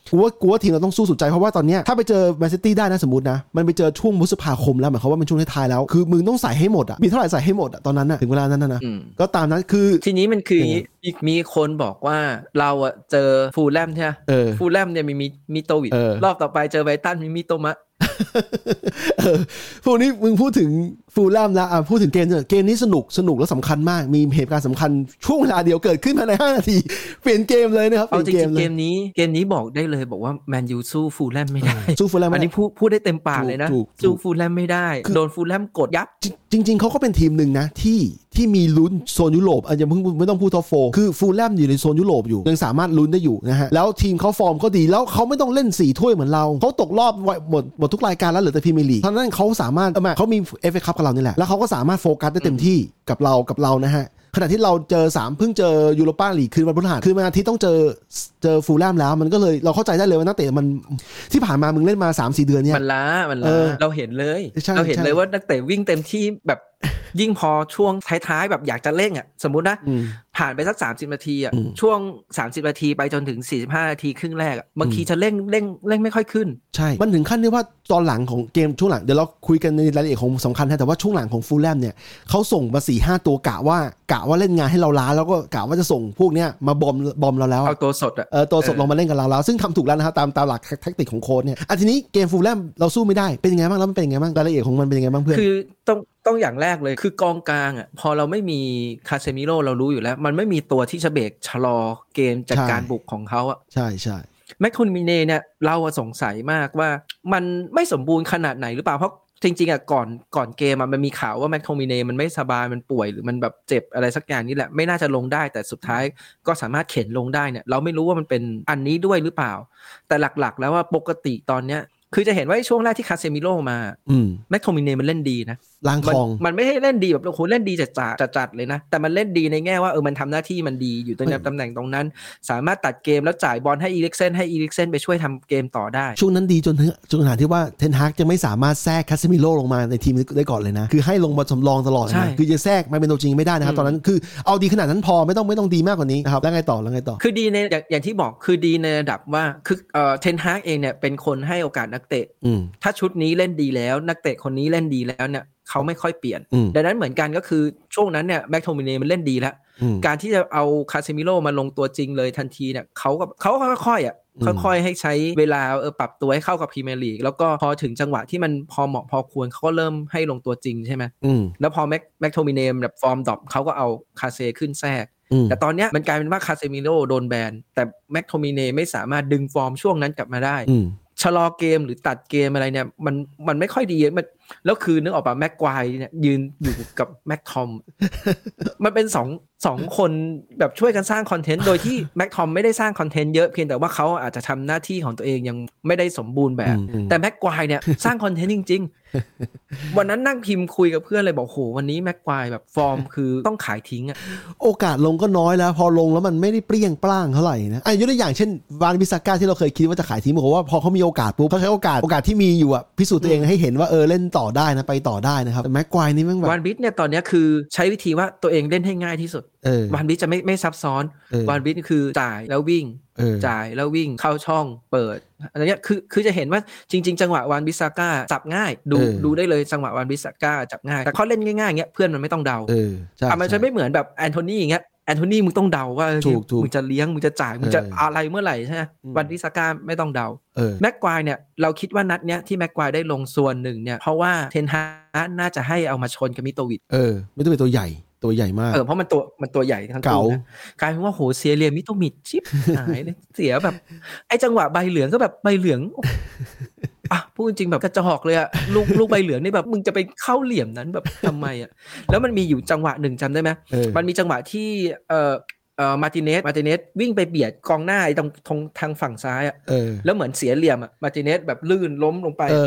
S1: กูว่ากูว่าทีมเราต้องสู้สุดใจเพราะว่าตอนเนี้ยถ้าไปเจอแมนซิตี้ได้นะสมมุตินะมันไปเจอช่วงพฤษภาคมแล้วหมายความว่ามันช่วงท้ายๆแล้วคือมึงต้องใส่ให้หมดอ่ะมีเท่าไหร่ใส่ให้หมดอ่ะตอนนั้นน่ะถึงเวลานั้นนะก็ตามนั้นคือ
S3: ทีนี้มันคือมีคนบอกว่าเราอ่ะเจอฟูลแลมใช่มั้ยฟูลแลมเนี่ยมีมิโตวิชรอบต่อไปเจอไบรตันมีมิโตมะ
S1: เออพวกนี้มึงพูดถึงฟูลแลมแล้วอ่ะพูดถึงเกมเนี่ยเกมนี้สนุกสนุกและสำคัญมากมีเหตุการณ์สำคัญช่วงเวลาเดียวเกิดขึ้นภายในห้านาทีเปลี่ยนเกมเลยนะครับ
S3: เอาจริงๆเกมนี้เกมนี้บอกได้เลยบอกว่าแมนยูสู้ฟูลแลมไม่ได้
S1: สู้ฟูลแลม
S3: อันนี้พูดพูดได้เต็มปากเลยนะสู้ฟูลแลมไม่ได้โดนฟูลแลมกดยับ
S1: จริงๆเขาก็เป็นทีมนึงนะที่ที่มีลุ้นโซนยุโรปอาจจะเพิ่งไม่ต้องพูดท็อปโฟร์คือฟูลแลมอยู่ในโซนยุโรปอยู่ยังสามารถลุ้นได้อยู่นะฮะแล้วทีมเขาฟอร์มก็ดีแล้วเขาไม่ต้องเล่นสี่ถ้วยเหมือนเราเขาตกรอบหมดหมดทุกรายการแล้วเหลือแต่พรีเมียร์ลีกเพราะนั้นเขาสามารถเออเขามี เอฟ เอ Cup กับเรานี่แหละแล้วเขาก็สามารถโฟกัสได้เต็มที่กับเรากับเรานะฮะขณะที่เราเจอสามเพิ่งเจอยูโรปาลีกคืนวันพฤหัสคืนวันอาทิตย์ต้องเจอเจอฟูลแลมแล้วมันก็เลยเราเข้าใจได้เลยว่านักเตะมันที่ผ่านมามึงเล่นมา สามสี่ เดือนเนี่ย
S3: มันล้ามันล้าเราเห็นเลยเราเห็นเลยว่านักเตะวิ่งเต็มที่แบบยิ่งพอช่วงท้ายๆแบบอยากจะเร่งอ่ะสมมุตินะผ่านไปสักสามสิบนาทีอ่ะช่วงสามสิบนาทีไปจนถึงสี่สิบห้านาทีครึ่งแรกอ่ะบางทีจะเร่งเร่งเร่งไม่ค่อยขึ้น
S1: ใช่มันถึงขั้นที่ว่าตอนหลังของเกมช่วงหลังเดี๋ยวเราคุยกันในรายละเอียดของสำคัญนะแต่ว่าช่วงหลังของฟูลแลมเนี่ยเขาส่งมา สี่ห้า ตัวกะว่ากะว่าเล่นงานให้เราล้าแล้วก็กะว่าจะส่งพวกเนี้ยมาบอมบอมเราแล้ว
S3: เอาตัวสดอ่ะ
S1: เออตัวสดลงมาเล่นกับเราแล้วซึ่งทำถูกแล้วนะครับตามตามหลักแทคติกของโค้ชเนี่ยอ่ะทีนี้เกมฟูลแลมเราสู้ไม่ได้เป็นยังไงบ้างแล้วมันเป็นยังไงบ้างรายละเอียดของมันเป็นยังไงบ้างเพื่อน
S3: คือต้องต้องอย่างแรกเลยคือกองกลางอ่ะพอเราไม่มีคาเซมิโร่เรารู้อยู่แล้วมันไม่มีตัวที่จะเบรกชะลอเกมจากการบุกของเขาอ่ะ
S1: ใช่ใช่
S3: แมคโทมิเน่เนี่ยเราสงสัยมากว่ามันไม่สมบูรณ์ขนาดไหนหรือเปล่าเพราะจริงๆอ่ะก่อนก่อนเกมอ่ะมันมีข่าวว่าแมคโทมิเน่มันไม่สบายมันป่วยหรือมันแบบเจ็บอะไรสักอย่างนี่แหละไม่น่าจะลงได้แต่สุดท้ายก็สามารถเข็นลงได้เนี่ยเราไม่รู้ว่ามันเป็นอันนี้ด้วยหรือเปล่าแต่หลักๆแล้วว่าปกติตอนเนี้ยคือจะเห็นว่าช่วงแรกที่คาเซมิโร่มาแมคโทมิเน่มันเล่นดีนะ
S1: ล้างคลอง
S3: มันไม่ให้เล่นดีแบบโอ้โหเล่นดีจัดจัดจัดเลยนะแต่มันเล่นดีในแง่ว่าเออมันทำหน้าที่มันดีอยู่ตรงตำแหน่งตรงนั้นสามารถตัดเกมแล้วจ่ายบอลให้อีริกเซนให้อีริกเซนไปช่วยทำเกมต่อได้
S1: ช่วงนั้นดีจนถึงจนขนาดที่ว่าเทนฮากจะไม่สามารถแทรกคาเซมิโร่ลงมาในทีมได้ก่อนเลยนะคือให้ลงมาสำรองตลอดนะคือจะแทรกมาเป็นตัวจริงไม่ได้นะครับตอนนั้นคือเอาดีขนาดนั้นพอไม่ต้องไม่ต้องดีมากกว่านี้นะครับแล้วไงต่อแล้วไงต่อ
S3: คือดีในอย่างที่บอกคือดีในระดับว่าคือเอ่อเทนฮากเองเนี่ยเป็นคนให้โอกาสนักเตะถ้าชุดนี้เล่นดีแล้วนักเตะคนนี้เล่นดีแล้วเนี่ยเขาไม่ค่อยเปลี่ยนดังนั้นเหมือนกันก็คือช่วงนั้นเนี่ยแมคโทมิเน่มันเล่นดีแล้วการที่จะเอาคาเซมิโร่มาลงตัวจริงเลยทันทีเนี่ยเขาก็เขาก็ค่อยๆอ่ะค่อยๆให้ใช้เวลาเออปรับตัวให้เข้ากับพรีเมียร์ลีกแล้วก็พอถึงจังหวะที่มันพอเหมาะพอควรเขาก็เริ่มให้ลงตัวจริงใช่ไหมแล้วพอแมคแมคโทมิเน่แบบฟอร์มดรอปเขาก็เอาคาเซขึ้นแทรกแต่ตอนนี้มันกลายเป็นว่าคาเซมิโร่โดนแบนแต่แมคโทมิเน่ไม่สามารถดึงฟอร์มช่วงนั้นกลับมาได้ชะลอเกมหรือตัดเกมอะไรเนี่ยมันมันไม่ค่อยดีมันแล้วคือนึกออกป่ะแม็กควายเนี่ยยืนอยู่กับแม็กทอมมันเป็นสองสองคนแบบช่วยกันสร้างคอนเทนต์โดยที่แม็กทอมไม่ได้สร้างคอนเทนต์เยอะเพียงแต่ว่าเขาอาจจะทำหน้าที่ของตัวเองยังไม่ได้สมบูรณ์แบบแต่แม็กควายเนี่ยสร้างคอนเทนต์จริงๆวันนั้นนั่งพิมพ์คุยกับเพื่อนเลยบอกโหวันนี้แม็กควายแบบฟอร์มคือต้องขายทิ้งอะ
S1: โอกาสลงก็น้อยแล้วพอลงแล้วมันไม่ได้เปรี้ยงปร้างเท่าไหร่นะอ่ะยกตัวอย่างเช่นวานบิซาก้าที่เราเคยคิดว่าจะขายทิ้งบอกว่าพอเขามีโอกาสปุ๊บเขาใช้โอกาสโอกาสที่มีอยู่อะพิสูจน์ตัวเองให้เห็นว่าเออเล่นต่อได้นะไปต่อได้นะครับแต่แม็กควายนี่มันแบบ
S3: วานบิสเนี่ยตอนนี้คือใช้วิธีว่าตัวเองเล่นให้ง่ายที่สุดวานบิสจะไม่ไม่ซับซ้อนวานบิสคือจ่ายแล้ววิ่งจ่ายแล้ววิ่งเข้าช่องเปิดอะไรเงี้ยคือคือจะเห็นว่าจริงๆจังหวะวานบิซาก้าจับง่ายดูดูได้เลยจังหวะวานบิซาก้าจับง่ายแต่เขาเล่นง่ายๆอย่างเงี้ยเพื่อนมันไม่ต้องเดาอ่ะมันจะไม่เหมือนแบบแอนโทนีอย่างเงี้ยแอนโทนีมึงต้องเดาว่ามึงจะเลี้ยงมึงจะจ่ายมึงจะอะไรเมื่อไหร่ใช่ไหมวานบิซาก้าไม่ต้องเดาแม็กควายเนี่ยเราคิดว่านัดเนี้ยที่แม็กควายได้ลงส่วนหนึ่งเนี่ยเพราะว่าเทนฮากน่าจะให้เอามาชนกับมิโตวิช
S1: เออมิโตวิชตัวใหญ่ตัวใหญ่มาก
S3: เออเพราะมันตัวมันตัวใหญ่ทั้งคู่นะกลายเป็นว่าโหเสียเรียมิโตมิดชิบหายเลยเสียแบบไอ้จังหวะใบเหลืองก็แบบใบเหลืองอ่ะพูดจริงแบบกระจอกเลยอะลูกลูกใบเหลืองนี่แบบมึงจะไปเข้าเหลี่ยมนั้นแบบทำไมอะแล้วมันมีอยู่จังหวะหนึ่งจำได้ไหมมันมีจังหวะที่เอ่อเอ่อมาร์ติเนสมาร์ติเนสวิ่งไปเบียดกองหน้าไอ้ตรงทางฝั่งซ้ายอะแล้วเหมือนเสียเหลี่ยมอะมาร์ติเนสแบบลื่นล้มลงไป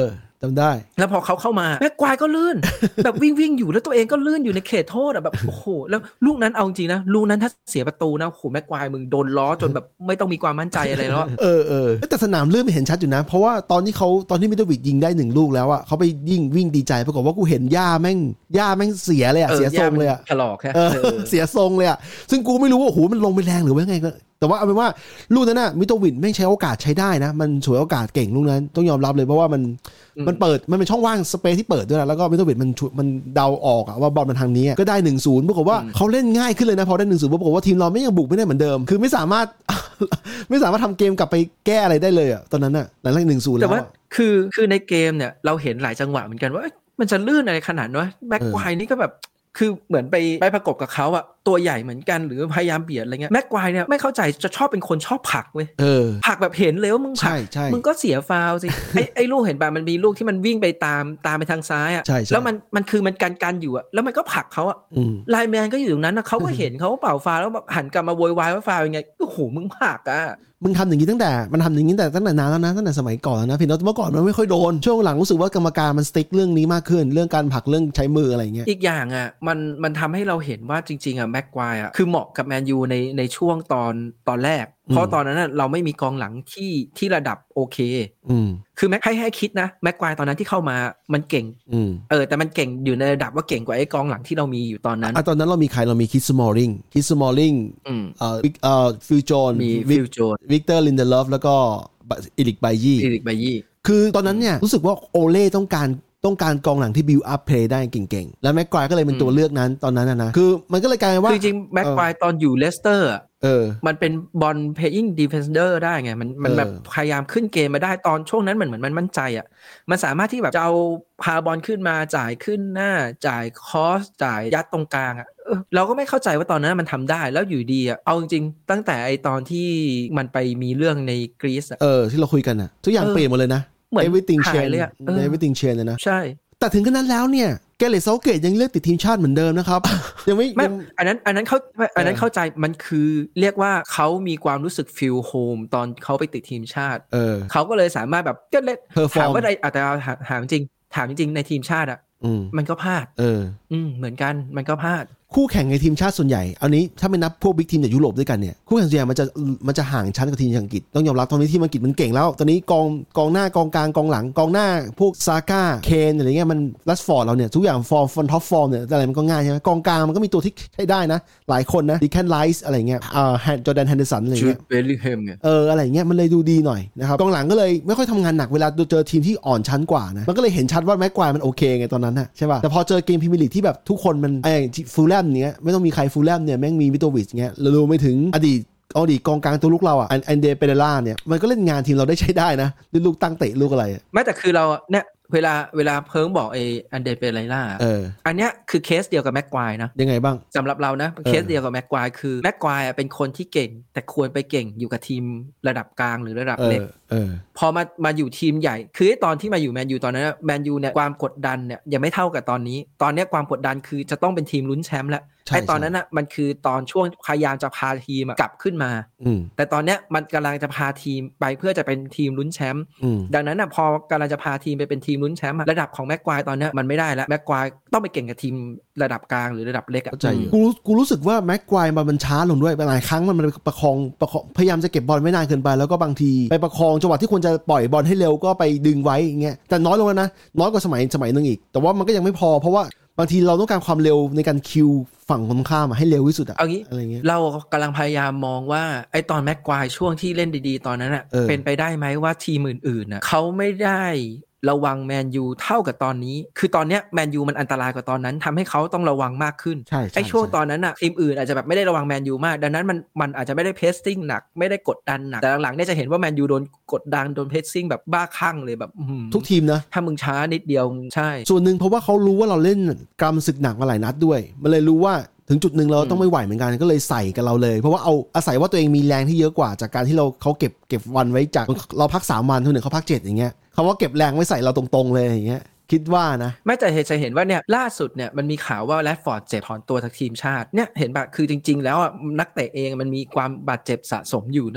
S1: จำได้
S3: แล้วพอเขาเข้ามาแม็กควายก็ลื่น แบบวิ่งวิ่งอยู่แล้วตัวเองก็ลื่นอยู่ในเขตโทษอ่ะแบบโอ้โหแล้วลูกนั้นเอาจริงนะลูกนั้นถ้าเสียประตูนะโอ้โหแม็กควายมึงโดนล้อจนแบบไม่ต้องมีความมั่นใจอะไรแล้ว
S1: เออเออแต่สนามลื่นไม่เห็นชัดอยู่นะเพราะว่าตอนที่เขาตอนที่มิโตวิชยิงได้หนึ่งลูกแล้วอ่ะเขาไปยิ่งวิ่งดีใจปรากฏว่ากูเห็นหญ้าแม่งหญ้าแม่งเสียเลยอ่ะเสียทรงเลยอ่ะ
S3: ถลอกแค่
S1: เสียทรงเลยอ่ะซึ่งกูไม่รู้ว่าโอ้โหมันลงไปแรงหรือว่าไงก็แต่ว่าเอาเป็นว่าลูกนั้นน่ะมิโตวิชไม่ใช้โอกาสใช้ได้นะมันฉวยโอกาสเก่งลูกนั้นต้องยอมรับเลยเพราะว่ามันมันเปิดมันเป็นช่องว่างสเปซที่เปิดด้วยนะแล้วก็มิโตวิชมันมันเดาออกอะว่าบอลมันทางนี้ก็ได้ หนึ่งศูนย์ ปรากฏว่าเขาเล่นง่ายขึ้นเลยนะพอได้ หนึ่งศูนย์ ปรากฏว่าทีมเราไม่ยังบุกไม่ได้เหมือนเดิมคือไม่สามารถ ไม่สามารถทำเกมกลับไปแก้อะไรได้เลยอะตอนนั้นน่ะหลังจาก หนึ่งศูนย์ แล้ว
S3: แต่ว่าคือคือในเกมเนี่ยเราเห็นหลายจังหวะเหมือนกันว่ามันจะลื่นอะไรขนาดนั้นวะแม็กควายนี่ก็แบบคือเหมือนไปไปประกบกับเขาอะตัวใหญ่เหมือนกันหรือพยายามเบียดอะไรเงี้ยแม็กควายเนี่ยไม่เข้าใจจะชอบเป็นคนชอบผลักเว้ยผลักแบบเห็นเลยว่ามึงผลักมึงก็เสียฟาวล์สิไอ้ไอ้ลูกเห็นป่ะมันมีลูกที่มันวิ่งไปตามตามไปทางซ้ายอะแล้วมันมันคือมันกันกันอยู่อะแล้วมันก็ผลักเขาอะไลน์แมนก็อยู่ตรงนั้นนะเขาก็เห็นเขาก็เป่าฟาวล์แล้วแบบหันกลับมาโวยวายว่าฟาวล์ยังไงโอ้โหมึงผลักอะ
S1: มึงทำอย่างนี้ตั้งแต่มันทำอย่างนี้แต่ตั้งแต่นานแล้วนะตั้งแต่สมัยก่อนแล้วนะพี่น้องเมื่อก่อนมันไม่ค่อยโดนช่วงหลังรู้สึกว่ากรรมการมันสติ๊กเรื่องนี้มากขึ้นเรื่องการผลักเรื่องใช้มืออะไรเงี้ย
S3: อีกอย่างอ่ะมันมันทำให้เราเห็นว่าจริงๆอ่ะแม็กควายอ่ะคือเหมาะกับแมนยูในในช่วงตอนตอนแรกเพราะตอนนั้นน่ะเราไม่มีกองหลังที่ที่ระดับโอเคอืมคือแม็กให้ให้คิดนะแม็กควายตอนนั้นที่เข้ามามันเก่งอืมเออแต่มันเก่งอยู่ในระดับว่าเก่งกว่าไอ้กองหลังที่เรามีอยู่ตอนนั้น
S1: อ่ะตอนนั้นเรามีใครเรามีคิสมอลลิงคิสมอลลิงอืมเอ่อเอ่อฟิลโจน
S3: มีฟิลโจน
S1: วิกเตอร์ลินเดเลฟแล้วก็อีริกไบยี่
S3: อีริกไบยี่
S1: คือตอนนั้นเนี่ยรู้สึกว่าโอเล่ต้องการต้องการกองหลังที่บิลด์อัพเพลย์ได้เก่งๆแล้วแม็กควายก็เลยเป็นตัวเลือกนั้นตอนนั้นนะคือมันก็เลยกลายเป็นว่า
S3: คือจริงแม็กควายตอนอยู่เลสเตอร์เออมันเป็นบอลเพย์อิงดีเฟนเดอร์ได้ไงมันมันแบบพยายามขึ้นเกมมาได้ตอนช่วงนั้นเหมือนเหมือนมันมั่นใจอ่ะมันสามารถที่แบบจะเอาพาบอลขึ้นมาจ่ายขึ้นหน้าจ่ายคอสจ่ายยัดตรงกลางอ่ะเออเราก็ไม่เข้าใจว่าตอนนั้นมันทำได้แล้วอยู่ดีอ่ะเอาจริงๆตั้งแต่ไอตอนที่มันไปมีเรื่องในกรีซอ่ะ
S1: เออที่เราคุยกันอ่ะทุกอย่างเปลี่ยนหมดเลยนะ
S3: เหมือน
S1: everything change
S3: เลยอ่ะ
S1: everything change เลยนะ
S3: ใช่
S1: แต่ถึงขนาดนั้นแล้วเนี่ยแกเรต เซาเกตยังเลือกติดทีมชาติเหมือนเดิมนะครับ ยังไม่
S3: ไม่อันนั้นอันนั้นเขาอันนั้นเข้าใจมันคือเรียกว่าเขามีความรู้สึกฟีลโฮมตอนเขาไปติดทีมชาติเออเขาก็เลยสามารถแบบก็เล่นถามว่าอะไรแต่ถามจริงถามจริงในทีมชาติอ่ะมันก็พลาดเอออืมเหมือนกันมันก็พลาด
S1: คู่แข่งในทีมชาติส่วนใหญ่เอานี้ถ้าไม่นับพวกบิ๊กทีมจากยุโรปด้วยกันเนี่ยคู่แข่งส่วนใหญ่มันจะมันจะห่างชั้นกับทีมอังกฤษต้องยอมรับตอนนี้ทีมอังกฤษมันเก่งแล้วตอนนี้กองกองหน้ากองกลางกองหลังกองหน้าพวกซาก้าเคนอะไรเงี้ยมันรัชฟอร์ดเราเนี่ยทุกอย่างฟอร์มฟอนท็อปฟอร์มเนี่ยอะไรมันก็ง่ายใช่ไหมกองกลางมันก็มีตัวที่ใช้ได้นะหลายคนนะดิแคนไลส์อะไรเงี้ยอ่าแฮนจอร์แดนแฮนเดอร์สันอะไรเงี้ย
S3: เบลลิงแฮมเนี่ย
S1: เอออะไรเงี้ยมันเลยดูดีหน่อยนะครับกองหลังก็เลยไม่ค่อยทำงานหนักเวลาเจอทีมที่อ่อนชั้นกว่านะมันก็เลยเห็นชัดว่าแม็กควายมันโอเคไงตอนนั้นนะใช่ป่ะแต่พอเจอเกมพรีเมียร์ลีกที่แบบทุกคนมันไอ้ฟูลแลมเนี้ยไม่ต้องมีใครฟูลแลมเนี่ยแม่งมีมิโตวิชเงี้ยรวมไปถึงอดีตอดีตกองกลางตัวลูกเราอ่ะอันเดเปเรล่าเนี่ยมันก็เล่นงานทีมเราได้ใช้ได้นะด้วยลูกตั้งเตะลูกอะไร
S3: ไม่แต่คือเราเนี่ยเวลาเวลาเพิ่งบอกไออันเดเปเรล่าเอออันเนี้ยคือเคสเดียวกับแม็กควายนะ
S1: ยังไงบ้าง
S3: สำหรับเรานะเคสเดียวกับแม็กควายคือแม็กควายเป็นคนที่เก่งแต่ควรไปเก่งอยู่กับทีมระดับกลางหรือระดับเล็กพอมามาอยู่ทีมใหญ่คือตอนที่มาอยู่แมนยูตอนนั้นแมนยูเนี่ยความกดดันเนี่ยยังไม่เท่ากับตอนนี้ตอนนี้ความกดดันคือจะต้องเป็นทีมลุ้นแชมป์แล้วไอ้ตอนนั้นน่ะมันคือตอนช่วงพยายามจะพาทีมกลับขึ้นมาแต่ตอนเนี้ยมันกำลังจะพาทีมไปเพื่อจะเป็นทีมลุ้นแชมป์ดังนั้นน่ะพอกำลังจะพาทีมไปเป็นทีมลุ้นแชมป์ระดับของแม็กควายตอนเนี้ยมันไม่ได้แล้วแม็กควายต้องไปเก่งกับทีมระดับกลางหรือระดับเล็กอ่ะ
S1: กูกูรู้สึกว่าแม็กควายมันช้าลงด้วยหลายครั้งมันมันประคองประคองพยายามจะเก็บบอลไม่นานเกินไปแล้วก็บางทีไปประคองจังหวะที่ควรจะปล่อยบอลให้เร็วก็ไปดึงไว้อย่างเงี้ยแต่น้อยลงแล้วนะน้อยกว่าสมัยสมัยนึงอีกแต่ว่ามันก็ยังไม่พอเพราะว่าบางทีเราต้องการความเร็วในการคิวฝั่งตรงข้ามให้เร็วที่สุดอะ
S3: เอางี้อะไรเงี้ยเรากำลังพยายามมองว่าไอ้ตอนแม็กควายช่วงที่เล่นดีๆตอนนั้นอะเป็นไปได้ไหมว่าทีมอื่นๆน่ะเขาไม่ได้ระวังแมนยูเท่ากับตอนนี้คือตอนเนี้ยแมนยูมันอันตรายกว่าตอนนั้นทำให้เขาต้องระวังมากขึ้นไอ้ช่วงตอนนั้นอะทีมอื่นอาจจะแบบไม่ได้ระวังแมนยูมากดังนั้นมันมันอาจจะไม่ได้เพสซิ่งหนักไม่ได้กดดันหนักแต่หลังๆเนี่ยจะเห็นว่าแมนยูโดนกดดันโดนเพสซิ่งแบบบ้าคลั่งเลยแบบ
S1: ทุกทีมนะ
S3: ถ้ามึงช้านิดเดียวใช่
S1: ส่วนหนึ่งเพราะว่าเขารู้ว่าเราเล่นกำศึกหนักมาหลายนัดด้วยมันเลยรู้ว่าถึงจุดหนึ่งเราต้องไม่ไหวเหมือนกันก็เลยใส่กับเราเลยเพราะว่าเอาอาศัยว่าตัวเองมีแรงที่เยอะกว่าจากการที่เราเขาเก็บเก็บวันไว้จากเราพักสามวันคนอื่นเขาพักเจ็ดอย่างเงี้ยคำว่าเก็บแรงไว้ใส่เราตรงๆเลยอย่างเงี้ยคิดว่านะ
S3: ไม่แต่จะเห็นว่าเนี่ยล่าสุดเนี่ยมันมีข่าวว่าแรดฟอร์ดเจ็บถอนตัวจากทีมชาติเนี่ยเห็นป่ะคือจริงๆแล้วอ่ะนักเตะเองมันมีความบาดเจ็บสะสมอยู่นั่นแหละ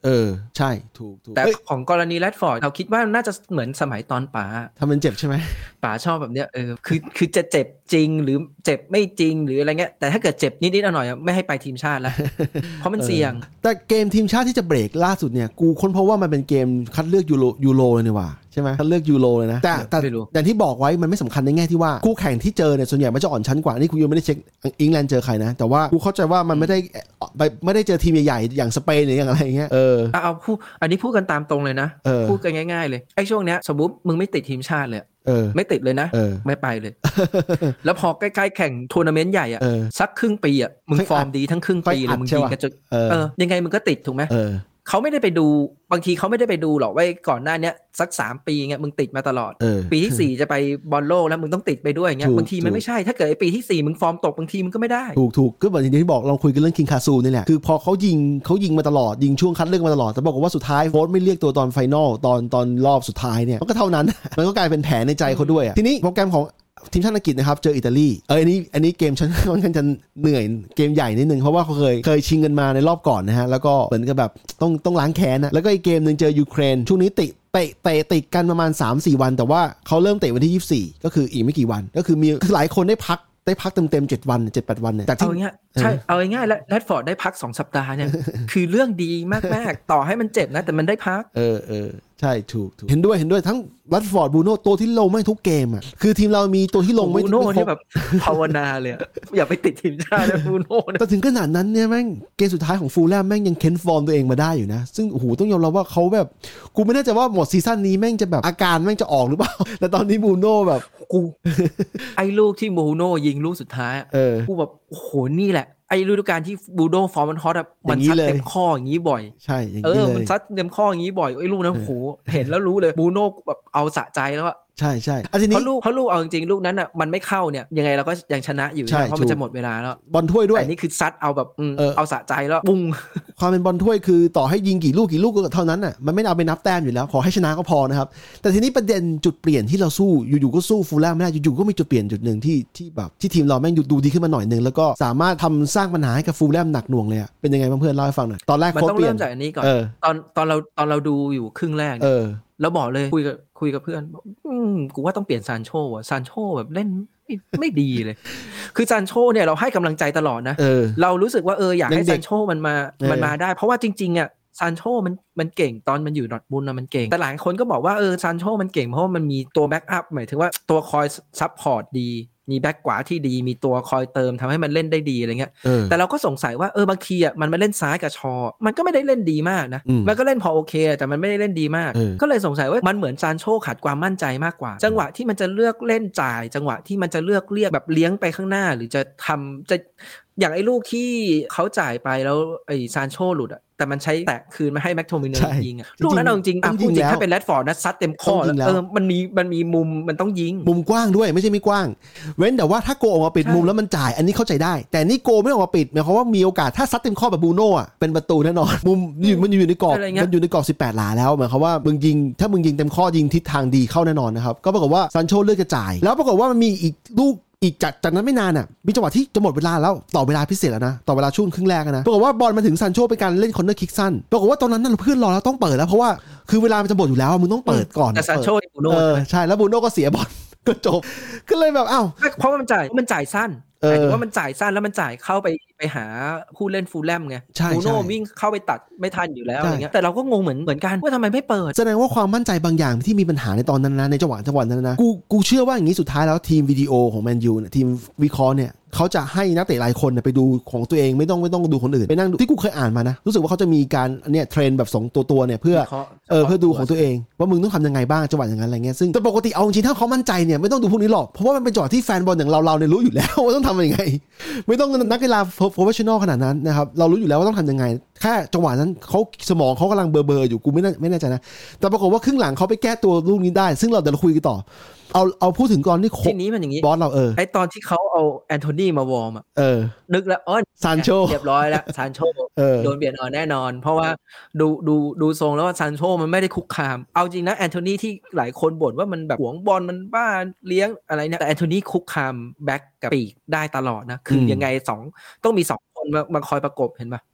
S1: เออใช่ถูกถูก
S3: แต่ของกรณีแรดฟอร์ดเราคิดว่าน่าจะเหมือนสมัยตอนป๋า
S1: ทำเป็นเจ็บใช่ไหม
S3: ป๋าชอบแบบเนี้ยเออคือคือจะเจ็บจริงหรือเจ็บไม่จริงหรืออะไรเงี้ยแต่ถ้าเกิดเจ็บนิดๆหน่อยๆไม่ให้ไปทีมชาติแล้ว เพราะมันเสี่ยง
S1: แต่เกมทีมชาติที่จะเบรกล่าสุดเนี่ยกูค้นพบว่ามันเป็นเกมคัดเลือกยูโรยูโรเลยนี่หว่าใช่ไหมคัดเลือกยูโรเลยนะแต่แต่อย่างที่บอกไว้มันไม่สำคัญในแง่ที่ว่าคู่แข่งที่เจอเนี่ยส่วนใหญ่มันจะอ่อนชั้นกว่านี่กูยังไม่ได้เช็คอังกฤษเจอใครนะแต่ว่ากูเข้าใจว่ามันไม่ได้ไม่ได้เจอทีมใหญ่ๆอย่างสเปนหรืออย่างอะไรเงี้ยเออ
S3: เอาพูดอันนี้พูดกันตามตรงเลยนะพูดกันง่ายๆเลยไอ้ช่วงเนี้ยสมมุติมึงไม่ติดทีมชาติเลย
S1: เออ
S3: ไม่ติดเลยนะไม่ไปเลย แล้วพอใกล้ๆแข่งทัวร์นาเมนต์ใหญ่อ่ะสักครึ่งปีอ่ะมึงฟอร์มดีทั้งครึ่งปีเลยมึงยิงกันจนเออยังไงมึงก็ติดถูกไหมเขาไม่ได้ไปดูบางทีเขาไม่ได้ไปดูหรอกว่าก่อนหน้านี้สักสามปีเงี้ยมึงติดมาตลอดปีที่สี่จะไปบอลโลกแล้วมึงต้องติดไปด้วยเงี้ยบางทีมันไม่ใช่ถ้าเกิดไอ้ปีที่สี่มึงฟอร์มตกบางทีมึงก็ไม่ได้
S1: ถูกถูกก็เหมือนที่บอกลองคุยกันเรื่องคิงคาซูนี่แหละคือพอเขายิงเขายิงมาตลอดยิงช่วงคัดเลือกมาตลอดแต่บอกว่าสุดท้ายโค้ชไม่เรียกตัวตอนไฟนอลตอนตอนรอบสุดท้ายเนี่ยมันก็เท่านั้นมันก็กลายเป็นแผลในใจเขาด้วยทีนี้โปรแกรมของทีมชาติอังกฤษนะครับเจออิตาลีเอออันนี้อันนี้เกมฉันค่อนข้างจะเหนื่อยเกมใหญ่นิดนึงเพราะว่าเขาเคยเคยชิงกันมาในรอบก่อนนะฮะแล้วก็เหมือนกับแบบต้องต้องล้างแค้นนะแล้วก็อีกเกมนึงเจอยูเครนช่วงนี้ติเตะเตะติดกันประมาณ สามสี่ วันแต่ว่าเขาเริ่มเตะวันที่ยี่สิบสี่ก็คืออีกไม่กี่วันก็คือมีคือหลายคนได้พักได้พักเต็มๆเจ็ดวัน เจ็ดแปด วันเนี่ย
S3: แต่ที่ใช่เอาง่ายๆแล้วแรดฟอร์ดได้พักสองสัปดาห์เนี่ยคือเรื่องดีมากๆต่อให้มันเจ็บนะแต่มันได้พัก
S1: เออเออใช่ถูกถูกเห็นด้วยเห็นด้วยทั้งแรดฟอร์ดบรูโน่ตัวที่ลงไม่ทุกเกมอ่ะคือทีมเรามีตัวที่ลงไม่
S3: บรูโน่นี่แบบภาวนาเลยอย่าไปติดทีมชาตินะบรูโน่
S1: แต่ถึงขนาดนั้นเนี่ยแม่งเกมสุดท้ายของฟูลแลมแม่งยังเค้นฟอร์มตัวเองมาได้อยู่นะซึ่งโอ้โหต้องยอมรับว่าเขาแบบกูไม่แน่ใจว่าหมดซีซั่นนี้แม่งจะแบบอาการแม่งจะออกหรือเปล่าแต่ตอนนี้บรูโน่แบบ
S3: กูไอ้ลูกที่บรูโน่ยิงลูกสุดท้ายกูแบบโอ้โหนี่แหละไอ้ฤดูกาลที่บรูโน่ฟอร์มมันฮอตอ่ะมันซัดเต็มข้ออย่างนี้บ่อย
S1: ใช่อย่าง
S3: นี้เลยเออมันซัดเต็มข้ออย่างนี้บ่อยไอ้ลูกนั้นโอ้โหเห็นแล้วรู้เลยบรูโน่แบบเอาสะใจแล้วอ่ะ
S1: ใช่ใช่
S3: เพราะลูกเพราะลูกเอาจริงๆลูกนั้นอ่ะมันไม่เข้าเนี่ยยังไงเราก็ยังชนะอยู่เพราะมันจะหมดเวลาแล้ว
S1: บอลถ้วยด้วย
S3: อันนี้คือซัดเอาแบบเอาสะใจแล้วปุ้ง
S1: ความเป็นบอลถ้วยคือต่อให้ยิงกี่ลูกกี่ลูกก็เท่านั้นอ่ะมันไม่เอาไปนับแต้มอยู่แล้วขอให้ชนะก็พอนะครับแต่ทีนี้ประเด็นจุดเปลี่ยนที่เราสู้อยู่ๆก็สู้ฟูลแลมไม่ได้อยู่ๆก็มีจุดเปลี่ยนจุดนึงที่ที่แบบที่ทีมเราแม่งดูดีขึ้นมาหน่อยนึงแล้วก็สามารถทำสร้างปัญหาให้กับฟูลแลมหนักหน่วงเลยอ่ะเป็นยังไงเพื่อนๆเล่าให้ฟังหน่อยตอนแรกโค้ชเปลี่ยน
S3: มันต้องเริ่มจากอันนี้ก่อนตอนตอนเราตอนเราดูอยู่ครึ่งแรกแล้วบอกเลยคุยกับคุยกับเพื่อนอืมกูว่าต้องเปลี่ยนซานโชว่ะซานโชแบบเล่นไม่ไม่ดีเลยคือซานโชเนี่ยเราให้กำลังใจตลอดนะเออเรารู้สึกว่าเอออยากให้ซานโชมันมามันมาได้เพราะว่าจริงๆอ่ะซานโชมันมันเก่งตอนมันอยู่ดอร์ทมุนด์นะมันเก่งแต่หลายคนก็บอกว่าเออซานโชมันเก่งเพราะว่ามันมีตัวแบ็กอัพหมายถึงว่าตัวคอยซัพพอร์ตดีมีแบ็กขวาที่ดีมีตัวคอยเติมทำให้มันเล่นได้ดีอะไรเงี้ยแต่เราก็สงสัยว่าเออบางทีอ่ะมันมาเล่นซ้ายกับชอมันก็ไม่ได้เล่นดีมากนะมันก็เล่นพอโอเคแต่มันไม่ได้เล่นดีมากก็เลยสงสัยว่ามันเหมือนซานโชขาดความมั่นใจมากกว่าจังหวะที่มันจะเลือกเล่นจ่ายจังหวะที่มันจะเลือกเรียกแบบเลี้ยงไปข้างหน้าหรือจะทำจะอย่างไอ้ลูกที่เขาจ่ายไปแล้วไอ้ซานโชหลุดอ่ะแต่มันใช้แตะคืนมาให้แม็กโทมิเนอร์ยิงอ่ะลูกนั้นเอาจริงๆอ่ะพูดจริงถ้าเป็นแรดฟอร์ดนะซัดเต็มข้อแล้วเออมันมีมันมีมุมมันต้องยิง
S1: มุมกว้างด้วยไม่ใช่ไม่กว้างเว้นแต่ว่าถ้าโกออกมาปิดมุมแล้วมันจ่ายอันนี้เข้าใจได้แต่นี่โกไม่ออกมาปิดหมายความว่ามีโอกาสถ้าซัดเต็มข้อแบบบรูโน่อ่ะเป็นประตูแน่นอนมุมมันอยู่ในกรอบมันอยู่ในกรอบสิบแปดหลาแล้วหมายความว่ามึงยิงถ้ามึงยิงเต็มข้อยิงทิศทางดีเข้าแน่นอนนะครับก็ปรากฏว่าซานโชเลือกจะจ่ายแล้วปรากฏว่ามันมีอีกลูกอีกจากจากนั้นไม่นานอ่ะมีจังหวะที่จะหมดเวลาแล้วต่อเวลาพิเศษแล้วนะต่อเวลาช่วงครึ่งแรกนะปรากฏว่าบอลมาถึงซานโชเป็นการเล่นคอร์เนอร์คิกสั้นปรากฏว่าตอนนั้นน่ะเพื่อนรอแล้วต้องเปิดแล้วเพราะว่าคือเวลามันจะหมดอยู่แล้วมึงต้องเปิดก่อน
S3: แต่ซานโชบรูโน่
S1: ใช่แล้วบรูโน่ก็เสียบอลก็จบก็เลยแบบอ้าว
S3: เพราะมันจ่ายมันจ่ายสั้นหมายถึงว่ามันจ่ายสั้นแล้วมันจ่ายเข้าไปไปหาผู้เล่นฟูลแลมไงบรูโน่วิ่งเข้าไปตัดไม่ทันอยู่แล้วอะไรเงี้ยแต่เราก็งงเหมือนเหมือนกันว่าทำไมไม่เปิด
S1: แสดงว่าความมั่นใจบางอย่างที่มีปัญหาในตอนนั้นนะในจังหวะจังหวะนั้นนะกูกูเชื่อว่าอย่างนี้สุดท้ายแล้วทีมวิดีโอของแมนยูเนี่ยทีมวิเคราะห์เนี่ยเขาจะให้นักเตะหลายคนไปดูของตัวเองไม่ต้องไม่ต้องดูคนอื่นไปนั่งดูที่กูเคยอ่านมานะรู้สึกว่าเขาจะมีการเนี่ยเทรนแบบสองตัวตัวเนี่ยเพื่อเออเพื่อดูของตัวเองว่ามึงต้องทำยังไงบ้างจังหวะอย่างนั้นอะไรเงี้ยซึ่งแต่ปกติเอาจริงถ้าเขามั่นใจเนี่ยไม่ต้องดูพวกนี้หรอกเพราะว่ามันเป็นจังหวะที่แฟนบอลอย่างเราเราเนี่ยรู้อยู่แล้วว่าต้องทำยังไงไม่ต้องนักกีฬาโปรเฟชชั่นอลขนาดนั้นนะครับเรารู้อยู่แล้วว่าต้องทำยังไงแค่จังหวะนั้นเขาสมองเขากำลังเบลอๆอยู่กูไม่ไม่แน่ใจนะแต่ปรากฏว่าครึ่งหลังเขาไปแก้ตัวลูกนี้ได้ซึ่งเราเดี๋ยวเราคุยกันต่อเอาเอาพูดถึงก่อนที่
S3: ทีนี้มันอย่างนี้
S1: บอสเราเออ
S3: ไอตอนที่เขาเอาแอนโทนีมาวอร์มอ่ะ
S1: เออ
S3: นึกแล้วอ๋อ
S1: ซานโช
S3: เรียบร้อยแล้วซานโชโดนเปลี่ยนออกแน่นอนเพราะว่าดูดูดูทรงแล้วว่าซานโชมันไม่ได้คุกคามเอาจริงนะแอนโทนีที่หลายคนบ่นว่ามันแบบหวงบอลมันบ้าเลี้ยงอะไรเนี่ยแต่แอนโทนีคุกคามแบ็คกับปีกได้ตลอดนะคือยังไงสองต้องมีสองคนมามาคอยประกบเห็นป่ะ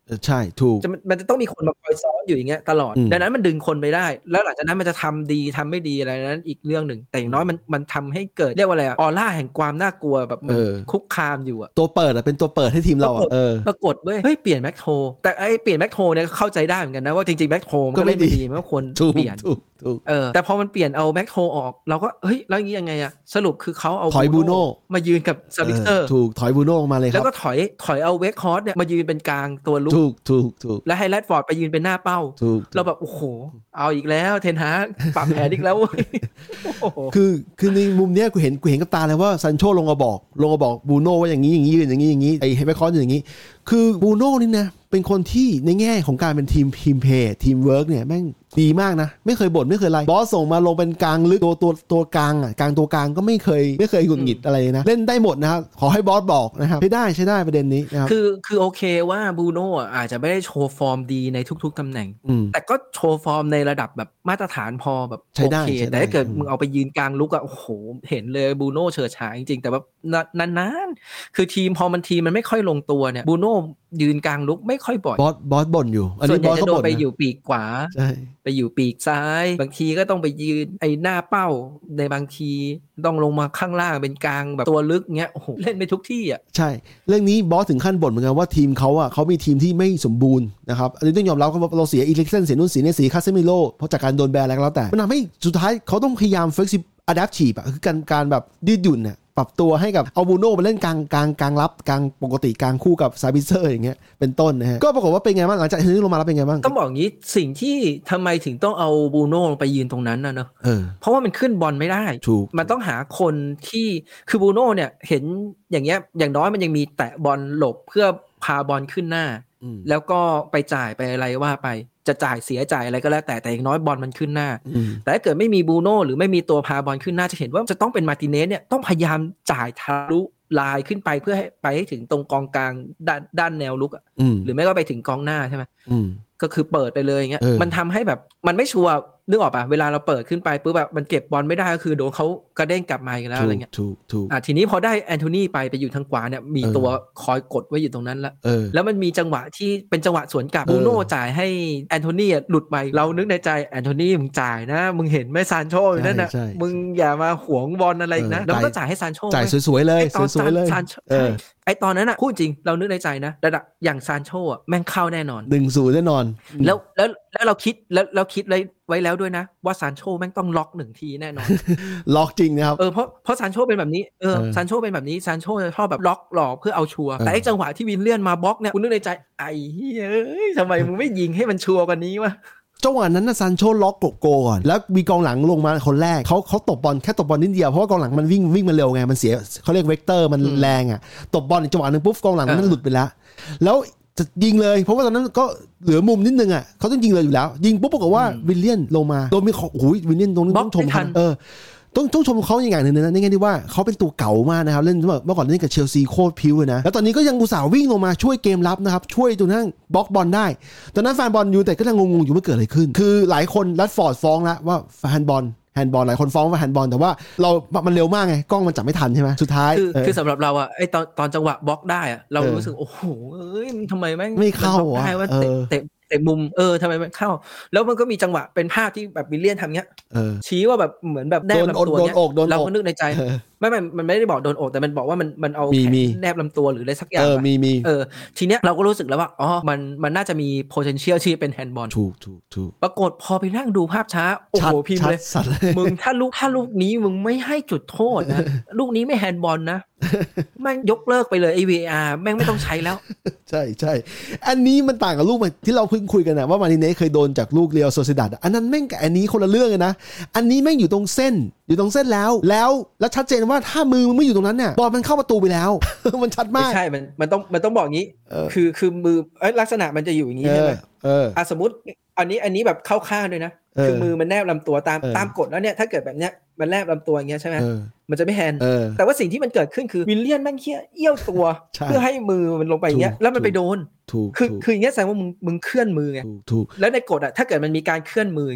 S1: ใช่ถูก
S3: มันจะต้องมีคนมาคอยซ้อนอยู่อย่างเงี้ยตลอดดังนั้นมันดึงคนไปได้แล้วหลังจากนั้นมันจะทำดีทำไม่ดีอะไรนั้นอีกเรื่องหนึ่งแต่อย่างน้อยมันมันทำให้เกิดเรียกว่าอะไรออร่าแห่งความน่ากลัวแบบคุกคามอยู่อะ
S1: ตัวเปิดอะเป็นตัวเปิดให้ทีมเราอะ
S3: ปรากฏเว้ยเฮ้ยเปลี่ยนแม็กโทแต่ไอ้เปลี่ยนแม็กโทเนี่ยเข้าใจได้เหมือนกันนะว่าจริงๆแม็กโทมันก็ไม่ดีมันก็ควรเปลี่ยนเออแต่พอมันเปลี่ยนเอาแม็กโทออกเราก็เฮ้ยแล้วอย่างงี้ยังไงอะสรุปคือเขาเอา
S1: ถอยบูโน่
S3: มายืนกับซาบิเซอร์
S1: ถูกถอยบูโน่ออกมาเลยครับ
S3: แล้วก็ถอยถอยเอาเวคคอร์สเนี่ยมายืนเป็นกลางตัวลุก
S1: ถูกถูกถูก
S3: แล้วให้แรดฟอร์ดไปยืนเป็นหน้าเป้าเราแบบโอ้โหเอาอีกแล้วเทนฮากปรับแผนอีกแล้ว
S1: คือคือในมุมเนี้ยกูเห็นกูเห็นกับตาเลยว่าซันโชลงมาบอกลงมาบอกบูโน่ว่าอย่างนี้อย่างนี้อย่างนี้อย่างนี้ไอ้เฮเบคอนอย่างนี้คือบูโน่นี่นะเป็นคนที่ในแง่ของการเป็นทีมทีมเพย์ทีมเวิร์กเนี่ยแม่งดีมากนะไม่เคยบ่นไม่เคยอะไรบอสส่งมาลงเป็นกลางลึกตัวตัวตัวกลางอ่ะกลางตัวกลางก็ไม่เคยไม่เคยหงุดหงิดอะไรนะเล่นได้หมดนะครับขอให้บอสบอกนะครับใช้ได้ใช้ได้ประเด็นนี้นะครับ
S3: คือคือโอเคว่าบูโน่อาจจะไม่ได้โชว์ฟอร์มดีในทุกๆตำแหน่งแต่ก็โชว์ฟอร์มในระดับแบบมาตรฐานพอแบบโอเคแต่ถ้าเกิดมึงเอาไปยืนกลางลุกอะโอ้โหเห็นเลยบูโน่เฉิดฉายจริงๆแต่แบบนานๆคือทีมพอมันทีมมันไม่ค่อยลงตัวเนี่ยบูโน่ยืนกลางลุกไม่ค่อยบ่อย
S1: บอสบอสบ่นอยู่
S3: อันนี้บอสก็บ่นไปอยู่ปีกขวาไปอยู่ปีกซ้ายบางทีก็ต้องไปยืนไอ้หน้าเป้าในบางทีต้องลงมาข้างล่างเป็นกลางแบบตัวลึกเงี้ยโอ้โหเล่นไปทุกที่อ่ะ
S1: ใช่เรื่องนี้บอสถึงขั้นบ่นเหมือนกันว่าทีมเขาอ่ะเขามีทีมที่ไม่สมบูรณ์นะครับอันนี้ต้องยอมรับว่าเราเสียอีเล็กเซนเสียนู่นเสียนี่เสียคาเซมิโลเพราะจากการโดนแบนอะไรก็แล้วแต่มันทำให้สุดท้ายเขาต้องพยายาม flexible adaptive อ่ะคือการการแบบยืดหยุ่นเนี่ยปรับตัวให้กับเอาบูโน่ไปเล่นกลางกลางกลางรับกลางปกติกลางคู่กับซาบิเซอร์อย่างเงี้ยเป็นต้นนะฮะก็ปรากฏว่าเป็นไงบ้างหลังจากที่ลงมาแล้วเป็นไงบ้าง
S3: ต้องบอกอย่างนี้สิ่งที่ทำไมถึงต้องเอาบูโน่ไปยืนตรงนั้นนะเนอะเออเพราะว่ามันขึ้นบอลไม่ได้มันต้องหาคนที่คือบูโน่เนี่ยเห็นอย่างเงี้ยอย่างน้อยมันยังมีแตะบอลหลบเพื่อพาบอลขึ้นหน้าแล้วก็ไปจ่ายไปอะไรว่าไปจะจ่ายเสียจ่ายอะไรก็แล้วแต่แต่อย่างน้อยบอลมันขึ้นหน้าแต่ถ้าเกิดไม่มีบูโน่หรือไม่มีตัวพาบอลขึ้นหน้าจะเห็นว่าจะต้องเป็นมาร์ติเนสเนี่ยต้องพยายามจ่ายทะลุลายขึ้นไปเพื่อให้ไปให้ถึงตรงกองกลางด้านด้านแนวลุกอ่ะหรือไม่ก็ไปถึงกองหน้าใช่ไหมก็คือเปิดไปเลยอย่างเงี้ยมันทำให้แบบมันไม่ชัวร์นึกออกป่ะเวลาเราเปิดขึ้นไปปุ๊บแบบมันเก็บบอลไม่ได้ก็คือโดนเขากระเด้งกลับมาอีกแล้วอะไรเงี้ยอ่ะทีนี้พอได้แอนโทนีไปไปอยู่ทางขวาเนี่ยมีตัวคอยกดไว้อยู่ตรงนั้นแล้วแล้วมันมีจังหวะที่เป็นจังหวะสวนกลับบูโน่จ่ายให้แอนโทนีหลุดไปเรานึกในใจแอนโทนีมึงจ่ายนะมึงเห็นไหมซานโชอยู่นั่นน่ะมึงอย่ามาหวงบอลอะไรนะแล้วก็จ่ายให้ซานโช
S1: จ่ายสวยๆเลยสวยๆเลย
S3: ไอตอนนั้นอ่ะพูดจริงเรานึกในใจนะระดับอย่างซานโชอ่ะแม่งเข้าแน่นอน
S1: หนึ่งศูนย์ แน่นอน
S3: แล้วแล้วแล้วเราคิดแล้วเราคิดไว้ไว้แล้วด้วยนะว่าซานโชแม่งต้องล็อกหนึ่งทีแน่นอน
S1: ล็อกจริงนะครับ
S3: เออเพราะเพราะซานโชเป็นแบบนี้เออซานโชเป็นแบบนี้ซานโชจะชอบแบบล็อกหลอกเพื่อเอาชัวร์แต่ไอ้จังหวะที่วินเลียนมาบล็อกเนี่ยคุณนึกในใจไอ้เฮ้ยทำไมมึงไม่ยิงให้มันชัวร์กว่านี้วะ
S1: จังหวะนั้นนะซานโชล็อกโกโก้ก่อนแล้วมีกองหลังลงมาคนแรกเขาเขาตบบอลแค่ตบบอลนิดเดียวเพราะว่ากองหลังมันวิ่งวิ่งมันเร็วไงมันเสียเขาเรียกเวกเตอร์มันแรงอ่ะตบบอลจังหวะนึงปุ๊บกองหลังมันหลุดไปแล้วแล้วจะยิงเลยเพราะว่าตอนนั้นก็เหลือมุมนิดนึงอ่ะเขาต้องยิงเลยอยู่แล้วยิงปุ๊บปรากฏว่าวิลเลียนลงมาโดนมีโอ้โหวิลเลียนตรงนี้ต้องชมเออต้องต้องชมเขาอย่างหนึ่งนะในแง่ที่ว่าเขาเป็นตัวเก่ามากนะครับเล่นเมื่อก่อนเล่นกับเชลซีโคตรพิ้วเลยนะแล้วตอนนี้ก็ยังอุตส่าห์วิ่งลงมาช่วยเกมรับนะครับช่วยจนทั้งบล็อกบอลได้ตอนนั้นแฟนบอลอยู่แต่ก็ยังงงๆอยู่ว่าเกิดอะไรขึ้นคือหลายคนแรดฟอร์ดฟ้องแล้วว่าแฟนบอลแฮนด์บอลหลายคนฟ้องว่าแฮนด์บอลแต่ว่าเรามันเร็วมากไงกล้องมันจับไม่ทันใช่ไหมสุดท้าย
S3: คือคือสำหรับเราอะไอตอนตอนจังหวะบล็อกได้อะเรารู้สึกโอ้โหเอ้ยทำไมแม่ง
S1: ไม่เข้าได้
S3: ว่าเตะเตะมุมเออทำไมมันเข้าแล้วมันก็มีจังหวะเป็นภาพที่แบบวิลเลียนทำเงี้ยชี้ว่าแบบเหมือนแบบแนบลำตัวเนี้ยเราก็นึกในใจไม่ไม่มันไม่ได้บอกโดนอกแต่มันบอกว่ามันมันเอาแนบลำตัวหรืออะไรสักอย่าง
S1: เออมีมี
S3: เออทีเนี้ยเราก็รู้สึกแล้วว่าอ๋อมันมันน่าจะมี potential ที่เป็นแฮนด์บอล
S1: ถูกถูกถูก
S3: ปรากฏพอไปนั่งดูภาพช้าโอ้โหพิมพ์เลยมึงถ้าลูกถ้าลูกนี้มึงไม่ให้จุดโทษนะลูกนี้ไม่แฮนด์บอลนะแม่งยกเลิกไปเลย วี อาร์ แม่งไม่ต้องใช้แล้ว
S1: ใช่ใช่อันนี้มันต่างกับลูกที่เราเพิ่งคุยกันนะว่ามาร์ติเนสเคยโดนจากลูกเรียวโซซิดัดอันนั้นแม่งกับอันนี้คนละเรื่องเลยนะอันนี้แม่งอยู่ตรงเส้นอยู่ตรงเส้นแล้วแล้วแล้วชัดเจนว่าถ้ามือมึงไม่อยู่ตรงนั้นเนี่ยบอลมันเข้าประตูไปแล้ว มันชัดมาก
S3: ใช่มันมันต้องมันต้องบอกงี้คือคือมือลักษณะมันจะอยู่อย่างนี้ใช่ไหมเอออ่ะสมมติอันนี้อันนี้แบบเข้าข้างด้วยนะคือมือมันแนบลำตัวตามตามกฎแล้วเนี่ยถ้าเกิดแบบเนี้ยมันแนบลำตัวอย่างเงี้ยใช่ไหมมันจะไม่แฮนด์แต่ว่าสิ่งที่มันเกิดขึ้นคือวิลเลียนแม่งเขี้ยเอี้ยวตัวเพื่อให้มือมันลงไปอย่างเงี้ยแล้วมันไปโดนคือคืออย่างเงี้ยแสดงว่ามึงมึงเคลื่อนมือไงแล้วในกฎอ่ะถ้าเกิดมันมีการเคลื่อนมืออย่างเงี้ย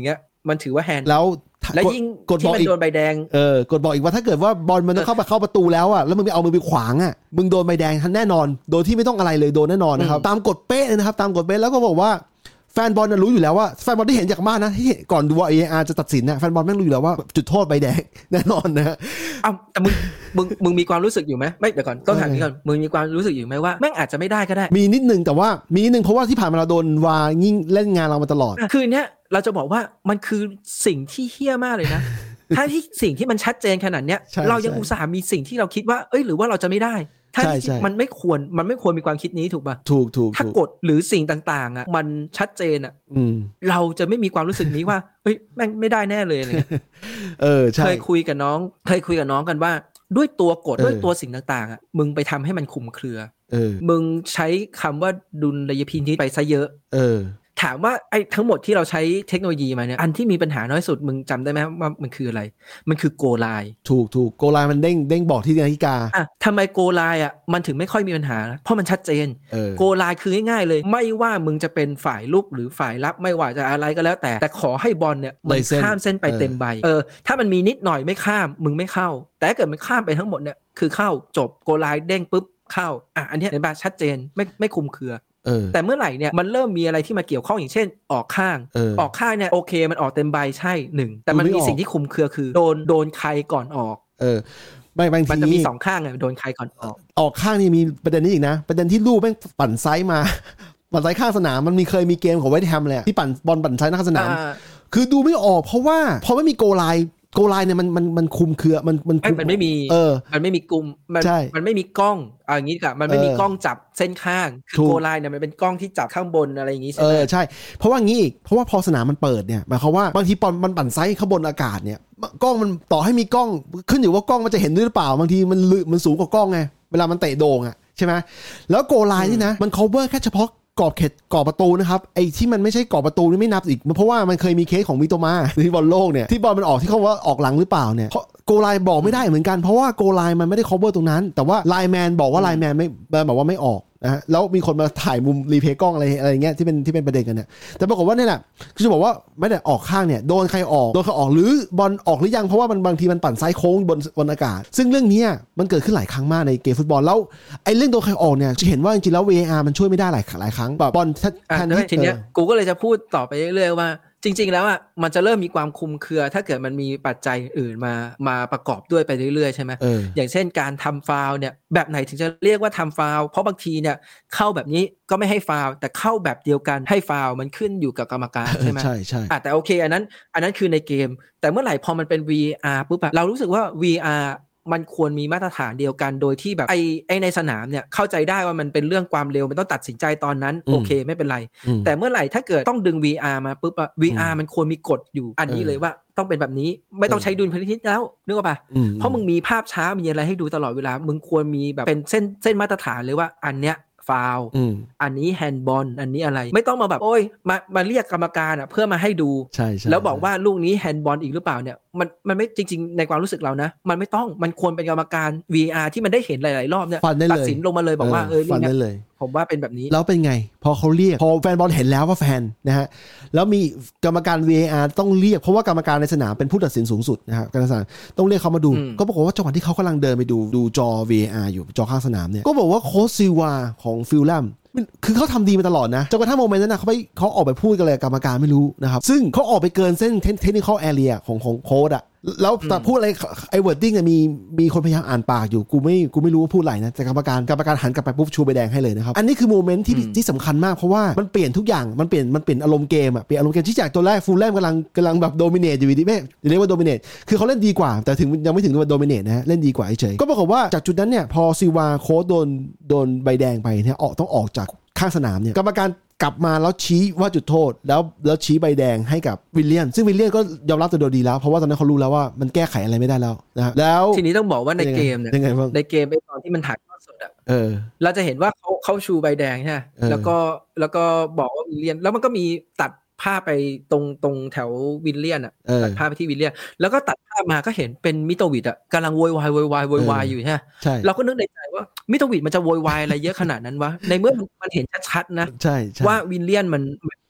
S3: มันถือว่าแฮนด์
S1: แล้ว
S3: แล้วยิ่งที่มันโดนใบแดง
S1: เออกดบอกอีกว่าถ้าเกิดว่าบอลมันต้องเข้าไปเข้าประตูแล้วอ่ะแล้วมึงไปเอามือไปขวางอ่ะมึงโดนใบแดงแน่นอนโดยที่ไม่ต้องอะไรเลยโดนแน่นอนนะครับตามกฎเป๊ะเลยนะครับตามกฎเป๊ะแล้วก็บอกว่าแฟนบอลน่ะรู้อยู่แล้วว่าแฟนบอลที่เห็นจากบ้านนะที่ก่อนดูว่า เอ อาร์ จะตัดสินนะแฟนบอลแม่งรู้อยู่แล้วว่าจุดโทษใบแดงแน่นอนนะ
S3: อ้าวแต่มึงมึงมึงมีความรู้สึกอยู่ไหมไม่เดี๋ยวก่อนต้องถามนี้ก่อนมึงมีความรู้สึกอยู่ไหมว่าแม่งอาจจะไม่ได้ก็ได้
S1: มีนิดนึงแต่ว่ามีนิดนึงเพราะว่าที่ผ่านมาเราโดนวายิ่งเล่นงานเรามาตลอด
S3: คือเนี้ยเราจะบอกว่ามันคือสิ่งที่เหี้ยมากเลยนะ ถ้าที่สิ่งที่มันชัดเจนขนาดเนี้ยเรายังอุตส่าห์มีสิ่งที่เราคิดว่าเอ้ยหรือว่าเราจะไม่ได้ถ้ามันไม่ควรมันไม่ควรมีความคิดนี้ถูกป่ะ
S1: ถูกถูก
S3: ถ้ากฎหรือสิ่งต่างๆอ่ะมันชัดเจนอ่ะเราจะไม่มีความรู้สึกนี้ว่าเฮ้ยแม่งไม่ได้แน่เลยอะไรเงี้ย
S1: เออใช่
S3: เคยคุยกับน้องเคยคุยกับน้องกันว่าด้วยตัวกฎด้วยตัวสิ่งต่างๆอ่ะมึงไปทำให้มันคลุมเครือมึงใช้คำว่าดุลยพินิจไปซะเยอะ
S1: เออ
S3: ถามว่าไอ้ทั้งหมดที่เราใช้เทคโนโลยีมาเนี่ยอันที่มีปัญหาน้อยสุดมึงจำได้ไหมว่ามันคืออะไรมันคือโกไลน์
S1: ถูกถูกโกไลน์มันเด้งเด้งบอกที่นาฬิกา
S3: อ่ะทำไมโกไลน์อ่ะมันถึงไม่ค่อยมีปัญหาเพราะมันชัดเจนโกไลน์คือง่ายๆเลยไม่ว่ามึงจะเป็นฝ่ายลุกหรือฝ่ายรับไม่ว่าจะอะไรก็แล้วแต่แต่ขอให้บอลเนี่ยมันข้ามเส้นไปเต็มใบเออถ้ามันมีนิดหน่อยไม่ข้ามมึงไม่เข้าแต่ถ้าเกิดมันข้ามไปทั้งหมดเนี่ยคือเข้าจบโกไลน์เด้งปุ๊บเข้าอ่ะอันนี้เห็นป่ะชัดเจนไม่ไม่คุมเครือแต่เมื่อไหร่เนี่ยมันเริ่มมีอะไรที่มาเกี่ยวข้องอย่างเช่นออกข้างอ, ออกข้างเนี่ยโอเคมันออกเต็มใบใช่หนึ่งแต่มันมีสิ่งที่คุมเครือคือโดนโดนใครก่อนออก
S1: เออไม่บางที
S3: มันจะมีสองข้างไงโดนใครก่อนออก
S1: ออกข้างนี่มีประเด็นนี้อีกนะประเด็นที่ลูกแม่งปั่นไซส์มาปั่นไซส์ข้างสนามมันมีเคยมีเกมของเวสต์แฮมเลยที่ปั่นบอลปั่นไซส์หน้าสนามคือดูไม่ออกเพราะว่าพอไม่มีโกไลน์โกไลน์เนี่ยมันมันมันคุมเครือมันมัน
S3: มันไม่มี
S1: เออ
S3: มันไม่มีกลุ่มมันมันไม่มีกล้องเอาอย่างงี้กะมันไม่มีกล้องจับเส้นข้างคือโกไลน์เนี่ยมันเป็นกล้องที่จับข้างบนอะไรอย่างงี้ใช่ไหม
S1: เออใช่เพราะว่างี้อีกเพราะว่าพอสนามมันเปิดเนี่ยหมายความว่าบางทีบอลมันปั่นไซส์ข้างบนอากาศเนี่ยกล้องมันต่อให้มีกล้องขึ้นอยู่ว่ากล้องมันจะเห็นหรือเปล่าบางทีมันมันสูงกว่ากล้องไงเวลามันเตะโด่งอ่ะใช่ไหมแล้วโกไลน์นี่นะมัน cover แค่เฉพาะกรอบเขตกรอบประตูนะครับไอ้ที่มันไม่ใช่กรอบประตูนี่ไม่นับอีกเพราะว่ามันเคยมีเคสของมิโตมาที่บอลโลกเนี่ยที่บอลมันออกที่เขาว่าออกหลังหรือเปล่าเนี่ยโกไลน์บอกไม่ได้เหมือนกันเพราะว่าโกไลน์มันไม่ได้ cover ตรงนั้นแต่ว่าไลน์แมนบอกว่าไลน์แมนไม่บอกว่าไม่ออกนะแล้วมีคนมาถ่ายมุมรีเพย์กล้องอะไรอะไรเงี้ยที่เป็นที่เป็นประเด็นกันเนี่ยแต่ปรากฏว่าเนี่ยแหละคือจะบอกว่าไม่ได้ออกข้างเนี่ยโดนใครออกโดนใครออกหรือบอลออกหรือยังเพราะว่ามันบางทีมันปั่นซ้ายโค้งบนบนอากาศซึ่งเรื่องนี้มันเกิดขึ้นหลายครั้งมากในเกมฟุตบอลแล้วไอ้เรื่องโดนใครออกเนี่ยจะเห็นว่าจริงๆแล้ว วี เอ อาร์ มันช่วยไม่ได้หลายหลายครั้งแบบบอล
S3: แทนที่ทีเนี้ยกูก็เลยจะพูดต่อไปเรื่อยๆว่าจริงๆแล้วอ่ะมันจะเริ่มมีความคุมเครือถ้าเกิดมันมีปัจจัยอื่นมามาประกอบด้วยไปเรื่อยๆใช่ไหม
S1: อ,
S3: อย่างเช่นการทำฟาวล์เนี่ยแบบไหนถึงจะเรียกว่าทำฟาวล์เพราะบางทีเนี่ยเข้าแบบนี้ก็ไม่ให้ฟาวล์แต่เข้าแบบเดียวกันให้ฟาวล์มันขึ้นอยู่กับกรรมการใช่ไหม
S1: ใช่ใช่
S3: แต่โอเคอันนั้นอันนั้นคือในเกมแต่เมื่อไหร่พอมันเป็น วี อาร์ ปุ๊บเรารู้สึกว่า วี อาร์มันควรมีมาตรฐานเดียวกันโดยที่แบบไอ้ไอ้ในสนามเนี่ยเข้าใจได้ว่ามันเป็นเรื่องความเร็วมันต้องตัดสินใจตอนนั้นโอเคไม่เป็นไรแต่เมื่อไหร่ถ้าเกิดต้องดึง วี อาร์ มาปุ๊บอะ วี อาร์ มันควรมีกฎอยู่อันนี้เลยว่าต้องเป็นแบบนี้ไม่ต้องใช้ดุลพินิจแล้วนึกว่าป่ะเพราะมึงมีภาพช้ามีอะไรให้ดูตลอดเวลามึงควรมีแบบเป็นเส้นเส้นมาตรฐานเลยว่าอันเนี้ยฟาวล์อันนี้แฮนด์บอลอันนี้อะไรไม่ต้องมาแบบโอ้ยมามาเรียกกรรมการอ่ะเพื่อมาให้ดูแล้วบอกว่าลูกนี้แฮนด์บอลอีกหรือเปล่าเนี่ยมันมันไม่จริงๆในความรู้สึกเรานะมันไม่ต้องมันควรเป็นกรรมการ วี อาร์ ที่มันได้เห็นหลายๆรอบเนี่ยตัดสินลงมาเลยบอกว่าเออฟันได้เลยผมว่าเป็นแบบนี้
S1: แล้วเป็นไงพอเขาเรียกพอแฟนบอลเห็นแล้วว่าแฟนนะฮะแล้วมีกรรมการ วี เอ อาร์ ต้องเรียกเพราะว่ากรรมการในสนามเป็นผู้ตัดสินสูงสุดนะครับการตัดสินต้องเรียกเขามาดูก็ปรากฏว่าจังหวะที่เขากำลังเดินไปดูดูจอ วี เอ อาร์ อยู่จอข้างสนามเนี่ยก็บอกว่าโค้ชซิลวาของฟิลแลมคือเขาทำดีมาตลอดนะจนกระทั่งโมเมนต์นั้นนะเขาไปเขาออกไปพูดกันเลยกรรมการไม่รู้นะครับซึ่งเขาออกไปเกินเส้นเทคนิคอลแอเรียของของโค้ชอะแล้วแต่พูดอะไรไอ้เวิร์ดดิ้งมีมีคนพยายามอ่านปากอยู่กูไม่กูไม่รู้ว่าพูดอะไรนะแต่กรรมการกรรมการหันกลับไปปุ๊บชูใบแดงให้เลยนะครับอันนี้คือโมเมนต์ที่ที่สำคัญมากเพราะว่ามันเปลี่ยนทุกอย่างมันเปลี่ยนมันเปลี่ยนอารมณ์เกมอะเปลี่ยนอารมณ์เกมที่จากตัวแรกฟูลแลมกำลังกำลังแบบโดมิเนตอยู่ดีไม่เรียกว่าโดมิเนตคือเขาเล่นดีกว่าแต่ถึงยังไม่ถึงว่าโดมิเนตนะฮะเล่นดีกว่าเฉยก็ปรากฏว่าจากจุดนั้นเนี่ยพอซิวาโค้ชโดนโดนใบแดงไปเนี่ยออกต้องออกจากข้างสนามเนี่ยกรรมการกลับมาแล้วชี้ว่าจุดโทษแล้วแล้วชี้ใบแดงให้กับวิลเลียนซึ่งวิลเลียนก็ยอมรับตัวโดยดีแล้วเพราะว่าตอนนั้นเขารู้แล้วว่ามันแก้ไขอะไรไม่ได้แล้วนะแล้ว
S3: ทีนี้ต้องบอกว่าในเกมเนี่ยในเกมไอ้ตอนที่มันถ่ายทอดสดอ่ะ
S1: เออ
S3: เราจะเห็นว่าเขาเขาชูใบแดงใช่ไหมแล้วก็แล้วก็บอกว่าวิลเลียนแล้วมันก็มีตัดภาพไปตรงตรงแถววิลเลียนอ่ะตัดภาพไปที่วิลเลียนแล้วก็ตัดภาพมาก็เห็นเป็นมิโตวิชอ่ะกำลังโวยวายโวยวายโวยวายอยู่ใช่ไหมเราก็นึกในใจว่ามิโตวิชมันจะโวยวายอะไรเยอะขนาดนั้นวะในเมื่อมันเห็นชัดๆนะว่าวิลเลียนมันโดน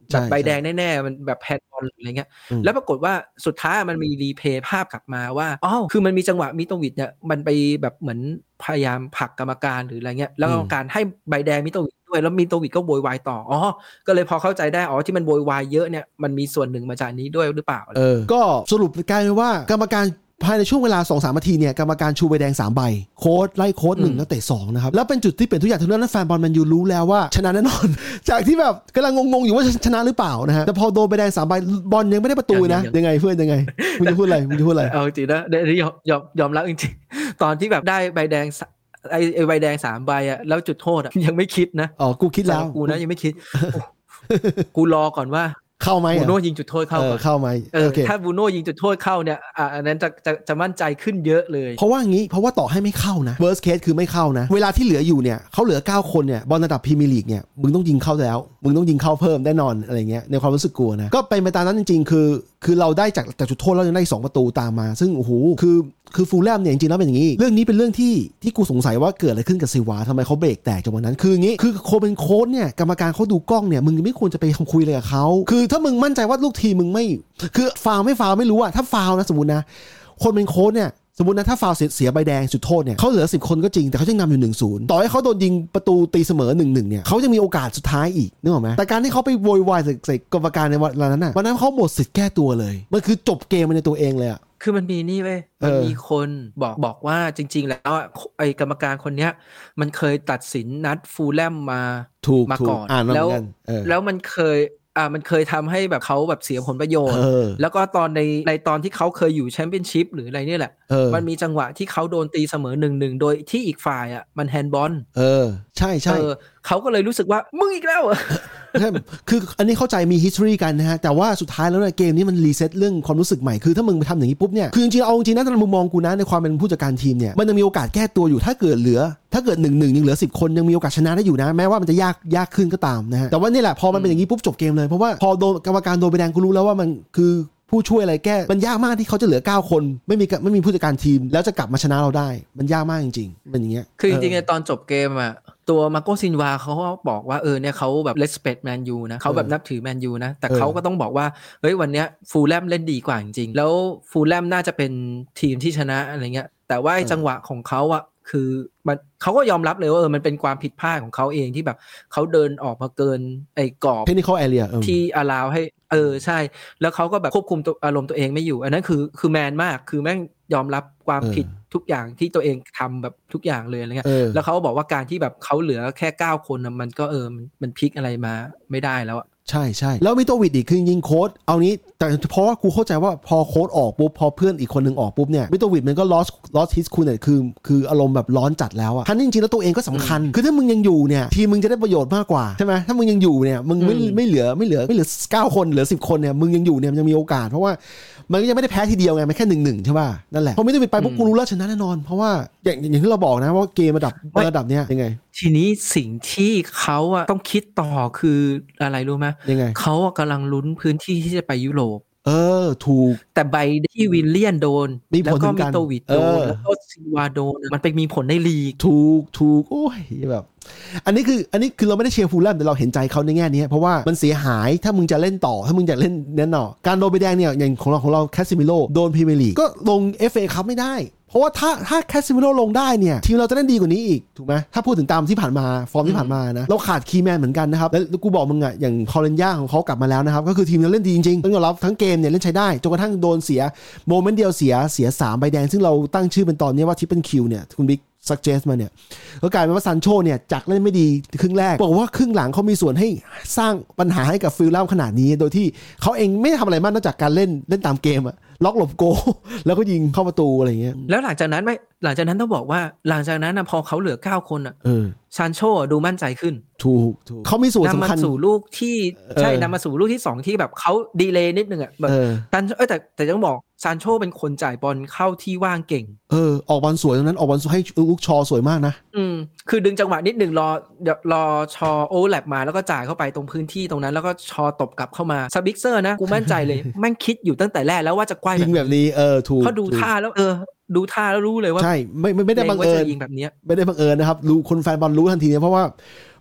S3: แบบใบแดงแน่ๆมันแบบแฮนด์บอลอะไรเงี้ยแล้วปรากฏว่าสุดท้ายมันมีรีเพย์ภาพกลับมาว่าอ๋อคือมันมีจังหวะมิโตวิชเนี่ยมันไปแบบเหมือนพยายามผลักกรรมการหรืออะไรเงี้ยแล้วกรรมการให้ใบแดงมิโตวิชด้วยแล้วมิโตวิชก็โวยวายต่ออ๋อก็เลยพอเข้าใจได้อ๋อที่มันโวยวายเยอะเนี่ยมันมีส่วนหนึ่งมาจากนี้ด้วยหรือเปล่า
S1: เออก็สรุปกลายเป็นว่ากรรมการภายในช่วงเวลา สองถึงสาม นาทีเนี่ยกรรมการชูใบแดงสามใบโค้ชไล่โค้ชหนึ่งแล้วเตะสองนะครับแล้วเป็นจุดที่เปลี่ยนทุกอย่างทุกนั้นแฟนบอลแมนยูรู้แล้วว่าชนะแน่นอนจากที่แบบกำลังงงๆอยู่ว่าชนะหรือเปล่านะฮะแต่พอโดนใบแดงสามใบบอลยังไม่ได้ประตูนะยังไงเพื่อนยังไงมึงจะพูดอะไรมึงจะพูดอะไร
S3: เอาจริงนะเดี๋ยวยอมยอมยอมรับจริงๆตอนที่แบบได้ใบแดงไอ้ไอ้ใบแดงสามใบอะแล้วจุดโทษอะยังไม่คิดนะ
S1: อ๋อกูคิดแล้ว
S3: กูนะยังไม่คิดกูรอก่อนว่า
S1: เข้าไหม
S3: บูโน่ยิงจุดโทษเข้า
S1: เข้าไหม
S3: โอเคถ้าบูโน่ยิงจุดโทษเข้าเนี่ยอ่ะอันนั้นจะจะจะมั่นใจขึ้นเยอะเลย
S1: เพราะว่างี้เพราะว่าต่อให้ไม่เข้านะ worst case คือไม่เข้านะเวลาที่เหลืออยู่เนี่ยเขาเหลือเก้าคนเนี่ยบอลระดับพรีเมียร์ลีกเนี่ยมึงต้องยิงเข้าแล้วมึงต้องยิงเข้าเพิ่มแน่นอนอะไรเงี้ยในความรู้สึกกลัวนะก็เป็นไปตามนั้นจริงๆคือคือเราได้จากจากจุดโทษแล้วยังได้สองประตูตามมาซึ่งโอ้โหคือคือฟูลแลมเนี่ยจริงๆแล้วเป็นอย่างนี้เรื่องนี้เป็นเรื่องที่ที่กูสงสัยว่าเกิดอะไรขึ้นกับซิลวาทำไมเขาเบรกแตกจากวันนั้นคืออย่างนี้คือโคเป็นโค้ชเนี่ยกรรมการเขาดูกล้องเนี่ยมึงไม่ควรจะไปคุยอะไรกับเขาคือถ้ามึงมั่นใจว่าลูกทีมมึงไม่คือฟาวไม่ฟาวไม่รู้อะถ้าฟาวนะสมมุตินะคนเป็นโค้ชเนี่ยสมมุตินะถ้าฟาวเสียใบแดงจุดโทษเนี่ยเขาเหลือสิบคนก็จริงแต่เขายังนำอยู่ หนึ่งศูนย์ ต่อให้เขาโดนยิงประตูตีเสมอ หนึ่งหนึ่ง เนี่ยเขายังมีโอกาสสุดท้ายอีกนึกออกไหมแต่การที่เขาไปโวยวายใส่กรรมการในวันนั้นน่ะวันนั้นเขาหมดสิทธิ์แก้ตัวเลยมันคือจบเกมในตัวเองเลยอะ
S3: คือมันมีนี่เว้ยมันมีคนบอกบอกว่าจริงๆแล้วไอ้กรรมการคนเนี้ยมันเคยตัดสินนัดฟูลแลมมามาก่อนแล้วแล้วมันเคยอ่ามันเคยทำให้แบบเขาแบบเสียผลประโยชน์แล้วก็ตอนในในตอนที่เขาเคยอยู่แชมเปี้ยนชิพหรืออะไรนี่แหละมันมีจังหวะที่เขาโดนตีเสมอ หนึ่งหนึ่ง โดยที่อีกฝ่ายอ่ะมันแฮนด์บอล
S1: เออใช่ใช่
S3: เขาก็เลยรู้สึกว่ามึงอีกแล้ว
S1: คืออันนี้เข้าใจมี history กันนะฮะแต่ว่าสุดท้ายแล้วเนี่ยเกมนี้มันรีเซ็ตเรื่องความรู้สึกใหม่คือถ้ามึงไปทำอย่างนี้ปุ๊บเนี่ยคือจริงๆเอาจริงๆนะในมุมมองกูนะในความเป็นผู้จัดการทีมเนี่ยมันยังมีโอกาสแก้ตัวอยู่ถ้าเกิดเหลือถ้าเกิด หนึ่งหนึ่ง ยังเหลือสิบคนยังมีโอกาสชนะได้อยู่นะแม้ว่ามันจะยากยากขึ้นก็ตามนะฮะแต่ว่านี่แหละพอมันเป็นอย่างนี้ปุ๊บจบเกมเลยเพราะว่าพอโดนกรรมการโดนใบแดงกูรู้แล้วว่ามันคือผู้ช่วยอะไรแก้มันยากมากที่เขาจะเหลือเก้าคนไม่มีไม่มีผู้จัดการทีมแล้วจะกลับมาชนะเราได้มันยากมากจริงๆเป็นอย่างเงี้ย
S3: คือจริงๆตอนจบเกมอ่ะตัวมาโกซินวาเขาก็บอกว่าเออเนี่ยเขาแบบ respect แมนยูนะเขาแบบนับถือแมนยูนะแต่เขาก็ต้องบอกว่าเฮ้ยวันเนี้ยฟูลแลมเล่นดีกว่าจริงๆแล้วฟูลแลมน่าจะเป็นทีมที่ชนะอะไรเงี้ยแต่ว่าจังหวะของเขาอ่ะคือมันเขาก็ยอมรับเลยว่าเออมันเป็นความผิดพลาดของเขาเองที่แบบเขาเดินออกมาเกินไอ้กรอบ
S1: technical area
S3: ที่ allow ให้เออใช่แล้วเขาก็แบบควบคุมอารมณ์ตัวเองไม่อยู่อันนั้นคือคือแมนมากคือแม่งยอมรับความผิดทุกอย่างที่ตัวเองทำแบบทุกอย่างเลยอะไรเงี้ยแล้วเขาบอกว่าการที่แบบเขาเหลือแค่เก้าคนนะมันก็เออมันพลิกอะไรมาไม่ได้แล้วอะ
S1: ใช่ใช่แล้วมิโตวิชอีกคือยิงโค้ดเอานี้แต่เพราะว่ากูเข้าใจว่าพอโค้ดออกปุ๊บพอเพื่อนอีกคนนึงออกปุ๊บเนี่ยมิโตวิชมันก็ lost lost his cool เนี่ยคือคืออารมณ์แบบร้อนจัดแล้วอะทั้งจริงๆแล้วตัวเองก็สำคัญคือถ้ามึงยังอยู่เนี่ยทีมมึงจะได้ประโยชน์มากกว่าใช่ไหมถ้ามึงยังอยู่เนี่ยมึงไม่ไม่เหลือไม่เหลือไม่เหลือเก้าคนเหลือสิบคนเนี่ยมึงยังอยู่เนี่ยมันยังมีโอกาสเพราะว่ามันก็ยังไม่ได้แพ้ทีเดียวไงมันแค่ หนึ่งหนึ่ง ใช่ป่ะนั่นแหละพอมิโตวิชไปปุ๊บกูรู้แล้วชนะแน่นอนเพราะว่าอย่างอย่างที่เราบอกนะว่าเกมระดับระดับเนี้ยยังไง
S3: ทีนี้สิ่งที่เขาอะต้องคิดต่อคืออะไรรู้ไหม
S1: ยังไง
S3: เขากำลังลุ้นพื้นที่ที่จะไปยุโรป
S1: เออถูก
S3: แต่ใบที่วิลเลียนโดนแล้วก็มิโตวิชโดนแล้วก็ซิลวาโดนมันไปมีผลในลีก
S1: ถูกถูกโอ้ยแบบอันนี้คืออันนี้คือเราไม่ได้เชียร์ฟูลแลมแต่เราเห็นใจเขาในแง่นี้เพราะว่ามันเสียหายถ้ามึงจะเล่นต่อถ้ามึงจะเล่นแน่นอนการโดนใบแดงเนี่ยอย่างของเราของเราแคสซิมิโร่โดนพรีเมียร์ลีกก็ลง เอฟ เอ คัพไม่ได้เพราะว่าถ้าถ้าแคสซิมิโร่ลงได้เนี่ยทีมเราจะเล่นดีกว่านี้อีกถูกไหมถ้าพูดถึงตามที่ผ่านมาฟอร์มที่ผ่านมานะเราขาดคีย์แมนเหมือนกันนะครับแล้วกูบอกมึงอ่ะอย่างคอเรนย่าของเขากลับมาแล้วนะครับก็คือทีมเราเล่นดีจริงๆต้องยอมรับทั้งเกมเนี่ยเล่นใช้ได้จนกระทั่งโดนเสียโมเมนต์เดียวเสียเสียสามใบแดงซึ่งเราตั้งชื่อเป็นตอนนี้ว่าทริปเปิลคิวเนี่ยคุณบิ๊กsuggest มาเนี่ยก็กลายเป็นว่าซานโชเนี่ยจากเล่นไม่ดีครึ่งแรกบอกว่าครึ่งหลังเขามีส่วนให้สร้างปัญหาให้กับฟิลล่าขนาดนี้โดยที่เขาเองไม่ทำอะไรมากนอกจากการเล่นเล่นตามเกมอะล็อกหลบโกแล้วก็ยิงเข้าประตูอะไรเงี้ย
S3: แล้วหลังจากนั้นไม่หลังจากนั้นต้องบอกว่าหลังจากนั้นนะพอเขาเหลือเก้าคนอะซานโชดูมั่นใจขึ้น
S1: ถูกถูกเขามีส่วนสำคัญ
S3: นำมาสู่ลูกที่ใช่นำมาสู่ลูกที่สองที่แบบเขาดีเลย์นิดนึงอ่ะแบบซันเออแต่แต่ต้องบอกซานโชเป็นคนจ่ายบอลเข้าที่ว่างเก่ง
S1: เออออกบอลสวยตรงนั้นออกบอลให้ลูกชอสวยมากนะ
S3: อืมคือดึงจังหวะนิดนึงรอรอชอโอเวอร์แลปมาแล้วก็จ่ายเข้าไปตรงพื้นที่ตรงนั้นแล้วก็ชอตบกลับเข้ามาซับบิ๊กเซอร์นะกูมั่นใจเลยแม่งคิดอยู่ตั้งแต่แรกแล้วว่าจะกว้าง
S1: แบบนี้เออถูก
S3: เขาดูท่าแล้วเออดูท่าแล้วรู้เลยว่า
S1: ใช่ไม่ไม่ได้บังเอิญ
S3: แบบนี้
S1: ไม่ได้บังเอิญนะครับรู้คนแฟนบอลรู้ทันทีเนี่ยเพราะว่า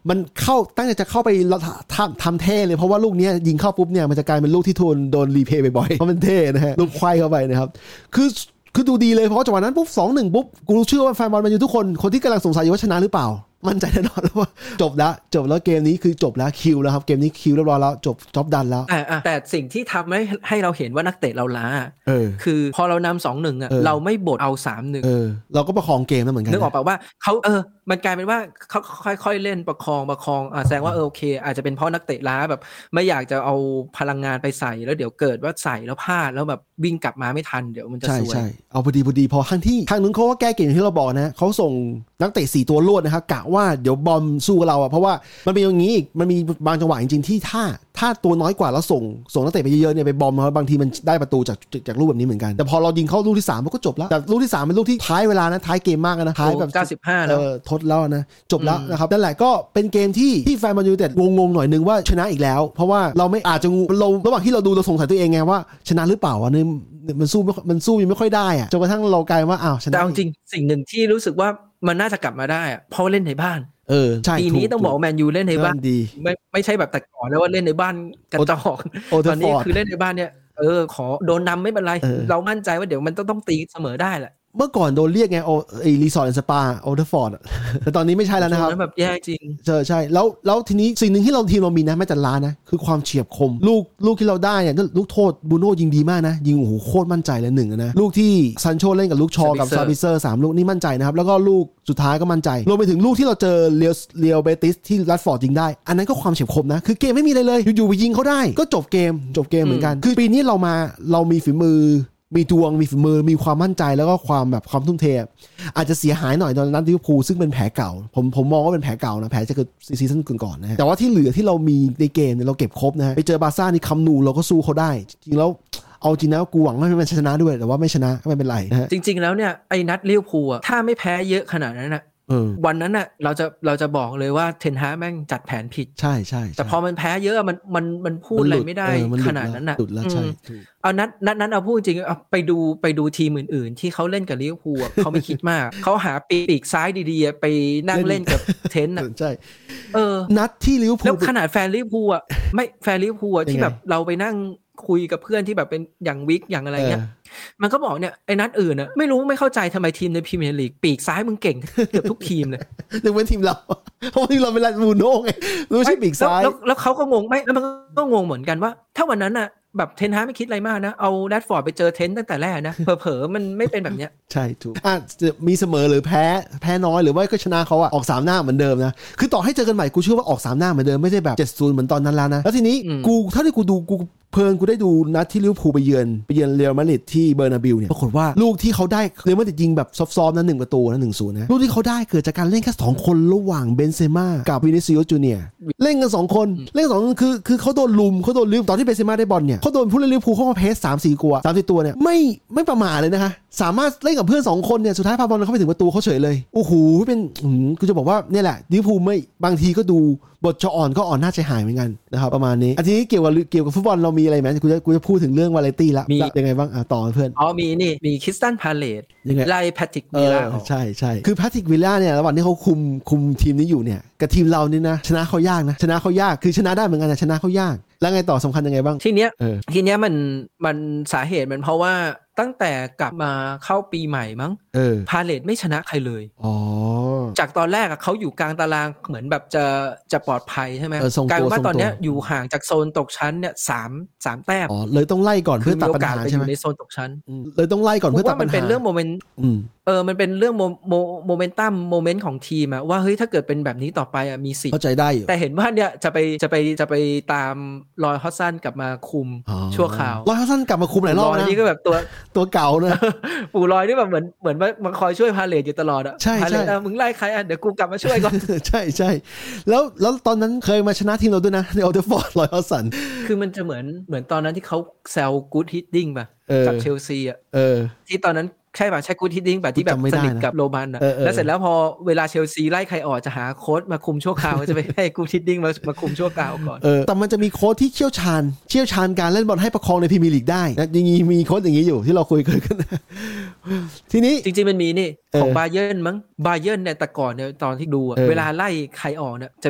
S1: มันเข้าตั้งใจจะเข้าไปทำทำเท่เลยเพราะว่าลูกนี้ยิงเข้าปุ๊บเนี่ยมันจะกลายเป็นลูกที่โดนโดนรีเพย์บ่อยๆเพราะมันเท่นะฮะลูกควายเข้าไปนะครับคือคือดูดีเลยเพราะจังหวะนั้นปุ๊บ สองหนึ่ง ปุ๊บกูเชื่อว่าแฟนบอลแมนยูทุกคนคนที่กำลังสงสัยว่าชนะหรือเปล่ามั่นใจแน่นอนแล้วว่าจบแล้วจบแล้วเกมนี้คือจบแล้วคิวแล้วครับเกมนี้คิวเรียบร้อยแล้วจบจ็อบดันแล้ว
S3: แต่แต่สิ่งที่ทำให้ให้เราเห็นว่านักเตะเราล้าคือพอเรานำ สองหนึ่ง อ่ะเราไม่บดเอา สามหนึ่ง
S1: เออเราก็ประคองเกมแล้วเหมือนกัน
S3: นึกออกป่ะว่าเขาเออมันกลายเป็นว่าเขาค่อยๆเล่นประคองประคองอ่ะแสดงว่าเออโอเคอาจจะเป็นเพราะนักเตะล้าแบบไม่อยากจะเอาพลังงานไปใส่แล้วเดี๋ยวเกิดว่าใส่แล้วพลาดแล้วแบบวิ่งกลับมาไม่ทันเดี๋ยวมันจะซวย
S1: ใช่ๆเอาพอดีพอดีพอข้างที่ทางนึงเขาก็แก้เกมที่เราบอกนะเขาส่งนักเตะสี่ตัวรวดนะครับกะว่าเดี๋ยวบอมสู้กับเราอ่ะเพราะว่ามันเป็นอย่างนี้อีกมันมีบางจังหวะจริงๆที่ถ้าถ้าตัวน้อยกว่าแล้วส่งส่งนักเตะไปเยอะๆเนี่ยไปบอมบางทีมันได้ประตูจากจากลูกแบบนี้เหมือนกันแต่พอเรายิงเข้าลูกที่สามมันก็จบแล้วแต่ลูกที่สามเป็นลูกที่ท้ายเวลานะท้ายเกมมากนะท้ายแบบ
S3: เก้าสิบห้าแล้ว
S1: เออทดแล้วนะจบแล้วนะครับนั่นแหละก็เป็นเกมที่ที่แฟนแมนยูแต่งงๆหน่อยนึงว่าชนะอีกแล้วเพราะว่าเราไม่อาจจะเราระหว่างที่เราดูเราสงสัยตัวเองไงว่าชนะหรือเปล่าวะเนี่ยมันสู้มันสู้ยังไม่ค่อยได้อะจนกระทั่งเรากลายว่าอ้าวชนะ
S3: แต่จริงสิ่งหนึ่งที่รู้สึกว่ามันน่าจะกลับมาได้อะเพราะเล่นในบ้าน
S1: เออใช่
S3: ปีนี้ต้องบอกแมนยูเล่นในบ้าน
S1: ดี
S3: ไม่ไม่ใช่แบบแต่ก่อนแล้วว่าเล่นในบ้านกระจอกตอนนี้คือเล่นในบ้านเนี่ยเออขอโดนนำไม่เป็นไรเรามั่นใจว่าเดี๋ยวมันต้องต้องตีเสมอได้แหละ
S1: เมื่อก่อนโดนเรียกไงโอไอรีสอร์ทแอนด์สปาโอเทอร์ฟอร์ดแต่ตอนนี้ไม่ใช่แล้วนะครับ
S3: แบบแย่จริง
S1: ใช่ใช่แล้วแล้วทีนี้สิ่งหนึ่งที่เราทีมเรามีนะไม่แต่ล้านะคือความเฉียบคมลูกลูกที่เราได้เนี่ยลูกโทษบูโน่ยิงดีมากนะยิงโอ้โหโคตรมั่นใจเลยหนึ่งนะลูกที่ซันโชเล่นกับลูกชอกับซาบิเซอร์สามลูกนี่มั่นใจนะครับแล้วก็ลูกสุดท้ายก็มั่นใจรวมไปถึงลูกที่เราเจอเรียวเรียวเบติสที่รัดฟอร์ดยิงได้อันนั้นก็ความเฉียบคมนะคือเกมไม่มีอะไรเลยอยู่ๆไปยิงเขาได้ก็จบเกมจบเกมเหมือนกันคือปีนี้เรามาเรามีฝีมือมีดวงมีฝีมือมีความมั่นใจแล้วก็ความแบบความทุ่มเทอาจจะเสียหายหน่อยตอนนั้นลิเวอร์พูลซึ่งเป็นแผลเก่าผมผมมองว่าเป็นแผลเก่านะแผลจะเกิดซีซั่นก่อนๆนะแต่ว่าที่เหลือที่เรามีในเกมเนี่ยเราเก็บครบนะไปเจอบาร์ซ่านี่คำนูเราก็สู้เขาได้จริงแล้วเอาจริงนะกูหวังว่ามันชนะด้วยแต่ว่าไม่ชนะก็ไม่เป็นไรนะ
S3: จริงๆแล้วเนี่ยไอ้นัดลิเวอร์พูลอ่ะถ้าไม่แพ้เยอะขนาดนั้นนะวันนั้นน่ะเราจะเราจะบอกเลยว่าเทนฮากแม่งจัดแผนผิด
S1: ใช่ใช่
S3: แต่พอมันแพ้เยอะมันมันมันพูดอะไรไม่ได้ขนาดนั้นน่ะเอานัดนัดนั้นเอาพูดจริงเอาไปดูไปดูทีมอื่นๆที่เขาเล่นกับลิเวอร์พูลเขาไม่คิดมากเขาหาปีกซ้ายดีๆไปนั่งเล่นกับเทนน่ะ
S1: ใช่
S3: เออ
S1: นัดที่ลิเวอร์พูล
S3: แล้วขนาดแฟนลิเวอร์พูลอ่ะไม่แฟนลิเวอร์พูลที่แบบเราไปนั่งคุยกับเพื่อนที่แบบเป็นอย่างวิกอย่างอะไรเงี้ยมันก็บอกเนี่ยไอ้นัดอื่นน่ะไม่รู้ไม่เข้าใจทำไมทีมในพรีเมียร์ลีกปีกซ้ายมึงเก่งเกือบทุกทีมเลย
S1: ยกเว้นทีมเราเพราะทีมเราเป็นลาบูโน่ไงไม่ใช่ปีกซ้าย
S3: แล้วเขาก็งงไม่แล้วมันก็งงเหมือนกันว่าถ้าวันนั้นน่ะแบบเทนฮากไม่คิดอะไรมากนะเอาแรดฟอร์ดไปเจอเทนตั้งแต่แรกนะเผลอๆมันไม่เป็นแบบเนี้ย
S1: ใช่ถูกอ่ะจะมีเสมอหรือแพ้แพ้น้อยหรือว่าก็ชนะเขาอ่ะออกสามหน้าเหมือนเดิมนะคือต่อให้เจอกันใหม่กูเชื่อว่าออกสามหน้าเหมือนเดิมไม่ใช่แบบ เจ็ดศูนย์ เหมือนตอนนั้นแล้วนะแล้วทีนี้กูถ้าที่กูดูกูเพลินกูได้ดูนัดที่ลิเวอร์พูลไปเยือนไปเยือนเรอัลมาดริดที่เบอร์นาบิลเนี่ยปรากฏว่าลูกที่เขาได้เรอัลมาดริดยิงแบบซอฟๆนั้นหนึ่งประตูนะ หนึ่งศูนย์ นะลูกที่เขาได้เกิดจากการเล่นแค่สองคนระหว่างเบนเซม่ากับวินิซิอุสจูเนียร์เล่นกันสองคนเล่นกันสองคนคือคือเขาโดนลุมเขาโดนลิฟตอนที่เบนเซม่าได้บอลเนี่ยเขาโดนผู้เล่นลิเวอร์พูลเข้ามาเพส สามสี่ ตัวสามสี่ตัวเนี่ยไม่ไม่ประมาทเลยนะคะสามารถเล่นกับเพื่อนสองคนเนี่ยสุดท้ายพาบอลเข้าไปถึงประตูเขาเฉยเลยโอ้โหเป็นกูจะบอกว่าเนี่ยแหละลิเวอร์พูลไม่บางทีก็ดูบทจะอ่อนก็อ่อนน่าใจหายเหมือนกันนะครับประมาณนี้อันนี้เกี่ยวกับเกี่ยวกับฟุตบอลเรามีอะไรไหมกูจะกูจะพูดถึงเรื่องวาไรตี้ละยังไงบ้างอ่ะต่อเพื่อน
S3: อ๋อมีนี่มีคริสตันพาเลตไล่แพทริกวิลล่า
S1: ใช่ใช่คือแพทริกวิลล่าเนี่ยระหว่างที่เขาคุมคุมทีมนี้อยู่เนี่ยกับทีมเรานี่นะชนะเขายากนะชนะเขายากคือชนะได้เหมือนกันแต่ชนะเขายากแล้วไงต่อสำคัญยังไงบ้าง
S3: ทีเนี้ยทีเนี้ยมันมันสาเหตุมันเพราะว่าตั้งแต่กลับมาเข้าปีใหม่มั้งพาเลตไม่ชนะใครเลยอ๋อจากตอนแรกอะเขาอยู่กลางตารางเหมือนแบบจะจะปลอดภัยใช่ไหมกลายเป็นว่าตอนเนี้ยอยู่ห่างจากโซนตกชั้นเนี่ยสามสามแต้ม
S1: อ๋อเลยต้องไล่ก่อนเพื่อตัดปัญหาใช่ไหม
S3: ในโซนตกชั้น
S1: เลยต้องไล่ก่อนเพื่อตัดปัญหามัน
S3: เป็นเรื่องโมเมนต์เออมันเป็นเรื่องโมโมโมเมนตัมโมเมนต์ของทีมอะว่าเฮ้ยถ้าเกิดเป็นแบบนี้ต่อไปอะมีสิทธิ์
S1: เข้าใจได้อยู่
S3: แต่เห็นว่าเนี่ยจะไปจะไปจะไปตามรอยฮอสซันกลับมาคุมชั่วคราว
S1: รอยฮอสซันกลับมาคุมหลายรอบนะ
S3: นี่ก็แบบตัว
S1: ตัวเก่านะ
S3: ปู่ลอยนี่แบบเหมือนเหมือนมาคอยช่วยพาเลทอยู่ตลอดอะ
S1: ใช่ใช่
S3: มึงไล่ใครอ่ะเดี๋ยวกูกลับมาช่วยก่อน
S1: ใช่ใช่แล้วแล้วตอนนั้นเคยมาชนะทีมเราด้วยนะในโอเทอร์ฟอร์ดรอยฮอสซัน
S3: คือมันจะเหมือนเหมือนตอนนั้นที่เขาแซวกู๊ดฮิตติ้งป่ะกับเชลซีอ่ะที่ตอนนั้นใช่ป่ะใช่กู๊ดฮิตติ้งป่ะที่แบบสนิทกับโรมันอ่ะแล้วเสร็จแล้วพอเวลาเชลซีไล่ใครออกจะหาโค้ชมาคุมชั่วคราวจะไปให้กู๊ดฮิตติ้งมามาคุมชั่วคราวก่อน
S1: เออแต่มันจะมีโค้ชที่เชี่ยวชาญเชี่ยวชาญการเล่นบอลให้ประคองในพรีเมียร์ลีกได้นะจริงๆมีโค้ชอย่างนี้อยู่ที่เราคุยกันทีนี้
S3: จริงๆมันมีนี่ของบาเยิร์นมั้งบาเยิร์นเนี่ยแต่ก่อนเนี่ยตอนที่ดูเวลาไล่ใครออกเนี่ยจะไป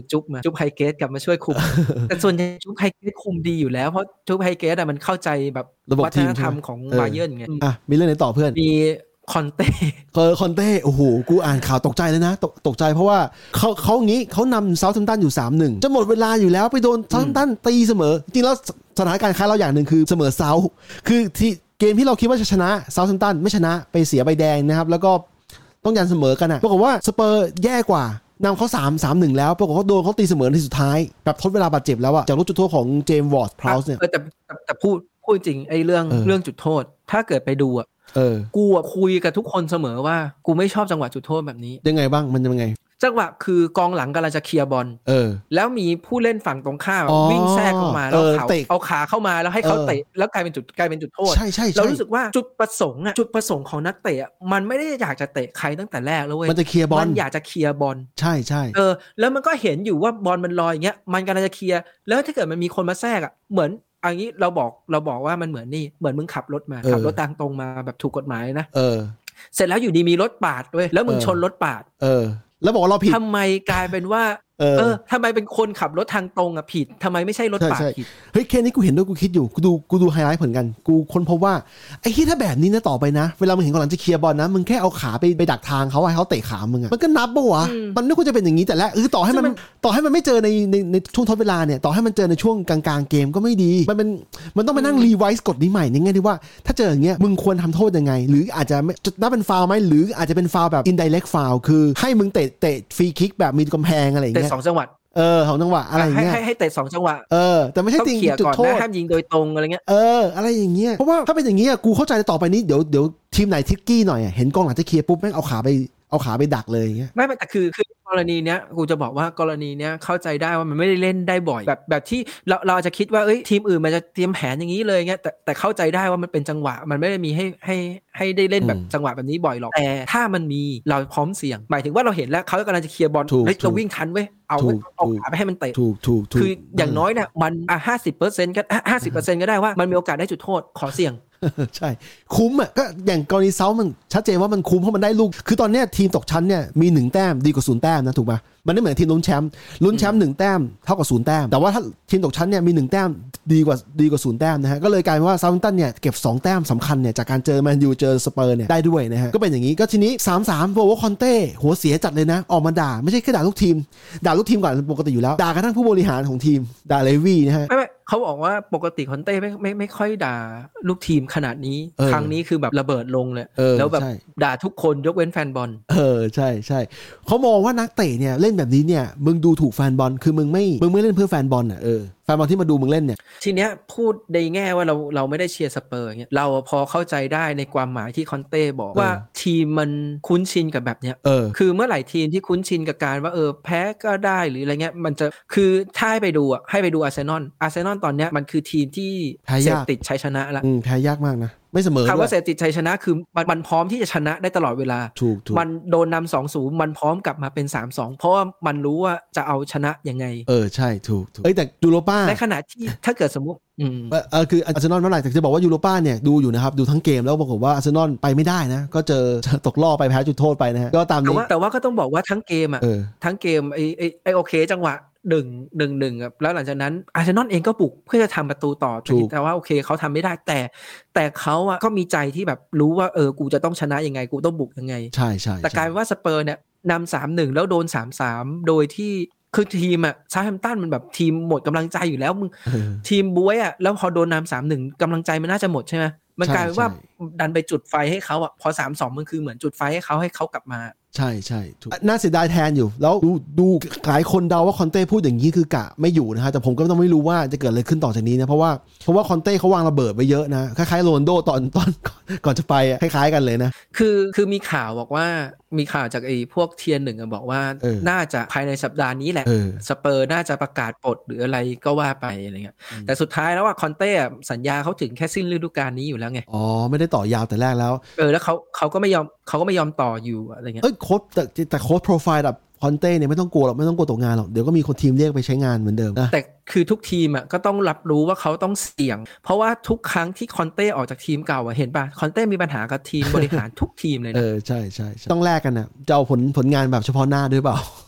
S3: จุ๊บมาจุ๊บไฮเกตกลับมาช่วยคุม แต่ส่วนใหญ่จุ๊บไฮเกตคุมดีอยู่แล้วเพราะจุ๊บไฮเกตอ่ะมันเข้าใจแบบวัฒนธรรมของบาเยิร์นไง
S1: อ่ะมีเรื่องไหนต่อเพื่อน
S3: มีคอนเต้
S1: เออคอนเต้โอ้โหกูอ่านข่าวตกใจเลยนะตกตกใจเพราะว่าเขาเขางี้เขานำเซาท์แฮมป์ตันอยู่ สามหนึ่ง จะหมดเวลาอยู่แล้วไปโดนเซาท์แฮมป์ตันตีเสมอจริงแล้วสถานการณ์คล้ายเราอย่างหนึ่งคือเสมอเซาท์คือที่เกมที่เราคิดว่าจะชนะเซาท์แฮมป์ตันไม่ชนะไปเสียใบแดงนะครับแล้วก็ต้องยันเสมอกันนะปรากฏว่าสเปอร์แย่กว่านำเขาสาม สาม หนึ่งแล้วปรากฏเขาโดนเขาตีเสมอในสุดท้ายแบบทดเวลาบาดเจ็บแล้วอะจากลูกจุดโทษของเจมส์วอร์ดพราวส์เนี่ย
S3: แต่แต่พูดพูดจริงไอ้เรื่องเรื่องจุดโทษถ้าเกิดไปดูอะเออกูอ่ะคุยกับทุกคนเสมอว่ากูไม่ชอบจังหวะจุดโทษแบบนี้
S1: ยังไงบ้างมันยังไง
S3: จังหวะคือกองหลังกำลังจะเคลียร์บอลเออแล้วมีผู้เล่นฝั่งตรงข้ามวิ่งแทรกเข้ามาแล้วเขาเอาขาเข้ามาแล้วให้เขาเตะแล้วกลายเป็นจุดกลายเป็นจุดโทษ
S1: ใช่ใช่
S3: เรารู้สึกว่าจุดประสงค์อ่ะจุดประสงค์ของนักเตะมันไม่ได้อยากจะเตะใครตั้งแต่แรกแล้วเว้ย
S1: มันจะเคลียร์บอล
S3: มันอยากจะเคลียร์บอล
S1: ใช่ใช่
S3: เออแล้วมันก็เห็นอยู่ว่าบอลมันลอยอย่างเงี้ยมันกำลังจะเคลียร์แล้วถ้าเกิดมันมีคนมาแทรกอ่ะเหมือนอันนี้เราบอกเราบอกว่ามันเหมือนนี่เหมือนมึงขับรถมาขับรถทางตรงมาแบบถูกกฎหมายนะเออเสร็จแล้วอยู่ดีมีรถปาดด้วยแล้วมึงชนรถปาด
S1: เออแล้วบอกว่าเราผิด
S3: ทำไมกลายเป็นว่าเออเออทำไมเป็นคนขับรถทางตรงอ่ะผิดทำไมไม่ใช่รถปาดผิด
S1: เฮ้ยแค่นี้กูเห็นด้วยกูคิดอยู่กูดูกูดูไฮไลท์เหมือนกันกูค้นพบว่าไอ้ที่ถ้าแบบนี้นะต่อไปนะเวลามึงเห็นกองหลังจะเคลียร์บอลนะมึงแค่เอาขาไปไปดักทางเขาให้เขาเตะขามึงอ่ะมันก็นับปะวะมันไม่ควรจะเป็นอย่างนี้แต่แรกเออต่อให้มันต่อให้มันไม่เจอในในในช่วงทดเวลาเนี่ยต่อให้มันเจอในช่วงกลางๆเกมก็ไม่ดีมันเป็นมันต้องไปนั่งรีไวซ์กฎนี้ใหม่นี่ไงที่ว่าถ้าเจออย่างเงี้ยมึงควรทำโทษยังไงหรืออาจจะจะนับเป็นฟาวล์ไหมหรืออาจจะเป็นฟาวล์แบบ indirect foul คือให้มึงเตะเตะฟรีคิกแบบมีกำแพงอะไรอย่างเงี้ย
S3: เตะสองจังหวะ
S1: เออของจังหวะอะไรเงี้ย
S3: ให้ให้เตะสองจังหวะ
S1: เออแต่ไม่ใช่จริง
S3: จุดโทษห้ามยิงโดยตรงอะไรเงี้ย
S1: เอออะไรอย่างเงี้ยเพราะว่าถ้าเป็นอย่างเงี้ยกูเข้าใจต่อไปนี้เดี๋ยวเดี๋ยวทีมไหนทิกกี้หน่อยเห็นกองหลังจะเคลียร์ปุ๊บแม่งเอาขาไปเอาขาไปดักเลยอย่างเงี้ย
S3: ไม่แต่คือคือกรณีเนี้ยกูจะบอกว่ากรณีเนี้ยเข้าใจได้ว่ามันไม่ได้เล่นได้บ่อยแบบแบบที่เราเราจะคิดว่าเอ้ยทีมอื่นมันจะเตรียมแผนอย่างนี้เลยเงี้ยแต่แต่เข้าใจได้ว่ามันเป็นจังหวะมันไม่ได้มีให้ให้ให้ได้เล่นแบบจังหวะแบบนี้บ่อยหรอกแต่ถ้ามันมีเราพร้อมเสี่ยงหมายถึงว่าเราเห็นแล้วเขากำลังจะเคลียร์บอลเฮ้ยเราวิ่งทันเว้ยเอาเอาขาไปให้มันเตะคืออย่างน้อยเนี่ยมันอ่ะห้าสิบเปอร์เซ็นต์ก็ห้าสิบเปอร์เซ็นต์ก็ได้ว่ามันมีโอกาสได้จุดโทษขอเสี่ยง
S1: ใช่คุ้มอ่ะก็อย่างกรณีเซาท์มันชัดเจนว่ามันคุ้มเพราะมันได้ลูกคือตอนนี้ทีมตกชั้นเนี่ยมีหนึ่งแต้มดีกว่าศูนย์แต้มนะถูกป่ะมันไม่เหมือนทีมลุ้นแชมป์ลุ้นแชมป์หนึ่งแต้มเท่ากับศูนย์แต้มแต่ว่าถ้าทีมตกชั้นเนี่ยมีหนึ่งแต้มดีกว่าดีกว่าศูนย์แต้มนะฮะก็เลยกลายเป็นว่าเซาท์แฮมป์ตันเนี่ยเก็บสองแต้มสำคัญเนี่ยจากการเจอแมนยูเจอสเปอร์เนี่ยได้ด้วยนะฮะก็เป็นอย่างนี้ก็ทีนี้ สามสาม โบว์คอนเต้หัวเสียจัดเลยนะออกมาด่าไม่ใช่แค่ด่าลูกทีมด่าลูกทีมก่อนปกติอยู่แล้วด่ากระทั่งผู้บริหารของทีมด่าเลวี่นะฮะ
S3: ไม่เขาบอกว่าปกติคอนเต้ไม่ไม่ไม่ค่อยด่าลูกทีมขนาดนี้ครั้งนี้คือแบบระเบิดลงเลยแล้วแบบด่าทุกคนยกเว้นแฟนบอล
S1: เออใช่ใช่เขามองว่านักเตะเนี่ยเล่นแบบนี้เนี่ยมึงดูถูกแฟนบอลคือมึงไม่มึงไม่เล่นเพื่อแฟนบอลอ่ะเออแฟนบอลที่มาดูมึงเล่นเนี่ย
S3: ทีเนี้ยพูดในแง่ว่าเราเราไม่ได้เชียร์สเปอร์อย่างเงี้ยเราพอเข้าใจได้ในความหมายที่คอนเต้บอกว่าทีมมันคุ้นชินกับแบบเนี้ยคือเมื่อไหร่ทีมที่คุ้นชินกับการว่าเออแพ้ก็ได้หรืออะไรเงี้ยมันจะคือถ้าให้ไปดูอ่ะให้ไปดูอาร์เซนอลอาร์เซนอลตอนเนี้ยมันคือทีมที่เสพติดชัยชนะละ
S1: แพ้ยากมากนะไม่เสมอ
S3: คำว่าเสพติดชัยชนะคือมันมันพร้อมที่จะชนะได้ตลอดเวลามันโดนนำ สองศูนย์ มันพร้อมกลับมาเป็น สามสอง เพราะว่ามันรู้ว่าจะเอาชนะยังไง
S1: เออใช่ถูกเอ้ยแต่ยูโรป้า
S3: ในขณะที่ถ้าเกิดสมมุติอืม
S1: เออคืออาร์เซนอลเมื่อไหร่แต่จะบอกว่ายูโรป้าเนี่ยดูอยู่นะครับดูทั้งเกมแล้วปรากฏว่าอาร์เซนอลไปไม่ได้นะก็เจอตกรอบไปแพ้จุดโทษไปนะฮะก็ตามนี้
S3: แต่ว่าก็ต้องบอกว่าทั้งเกมอ่ะทั้งเกมไอ้ไอ้ไอ้โอเคจังหวะหนึ่ง หนึ่ง หนึ่งครับแล้วหลังจากนั้นอาร์เซนอลเองก็บุกเพื่อจะทำประตูต่อแต่ว่าโอเคเขาทำไม่ได้แต่แต่เขาอ่ะก็มีใจที่แบบรู้ว่าเออกูจะต้องชนะยังไงกูต้องบุกยังไง
S1: ใช่ใช่
S3: แต่กลายเป็นว่าสเปอร์เนี่ยนำ สามหนึ่ง แล้วโดน สามสาม โดยที่คือทีมอะซาแฮมป์ตันมันแบบทีมหมดกำลังใจอยู่แล้วมึงทีมบ๊วยอะแล้วพอโดนนำ สามหนึ่ง กำลังใจมันน่าจะหมดใช่ไหมมันกลายเป็นว่าดันไปจุดไฟให้เขาอะพอ สามสอง มันคือเหมือนจุดไฟให้เขาให้เขากลับมา
S1: ใช่ใช่ถูกน่าเสียดายแทนอยู่แล้วดูดูหลายคนเดาว่าคอนเต้พูดอย่างนี้คือกะไม่อยู่นะฮะแต่ผมก็ต้องไม่รู้ว่าจะเกิดอะไรขึ้นต่อจากนี้นะเพราะว่าเพราะว่าคอนเต้เขาวางระเบิดไว้เยอะนะคล้ายๆโรนโดตอนตอนก่อนจะไปคล้ายๆกันเลยนะ
S3: คือคือมีข่าวบอกว่ามีข่าวจากไอ้พวกเทียนหนึ่งบอกว่าน่าจะภายในสัปดาห์นี้แหละสเปอร์น่าจะประกาศปลดหรืออะไรก็ว่าไปอะไรเงี้ยแต่สุดท้ายแล้วว่าคอนเต้สัญญาเขาถึงแค่สิ้นฤดูกาลนี้อยู่แล้วไง
S1: อ๋อไม่ได้ต่อยาวแต่แรกแล้ว
S3: เออแล้วเขาเขาก็ไม่ยอมเขาก็ไม่ยอมต่ออยู่อะไรเงี้ย
S1: เอ้ยโค้ชแต่แต่โค้ชโปรไฟล์แบบคอนเต้เนี่ยไม่ต้องกลัวหรอกไม่ต้องกลัวตกงานหรอกเดี๋ยวก็มีคนทีมเรียกไปใช้งานเหมือนเดิมนะ
S3: แต่คือทุกทีมอ่ะก็ต้องรับรู้ว่าเขาต้องเสี่ยงเพราะว่าทุกครั้งที่คอนเต้ออกจากทีมเก่าอ่ะเห็นป่ะคอนเต้มีปัญหากับทีมบริหารทุกทีมเลยนะ
S1: เออใช่ใช่ต้องแลกกันนะจะเอาผลผลงานแบบเฉพาะหน้าด้วยเปล่า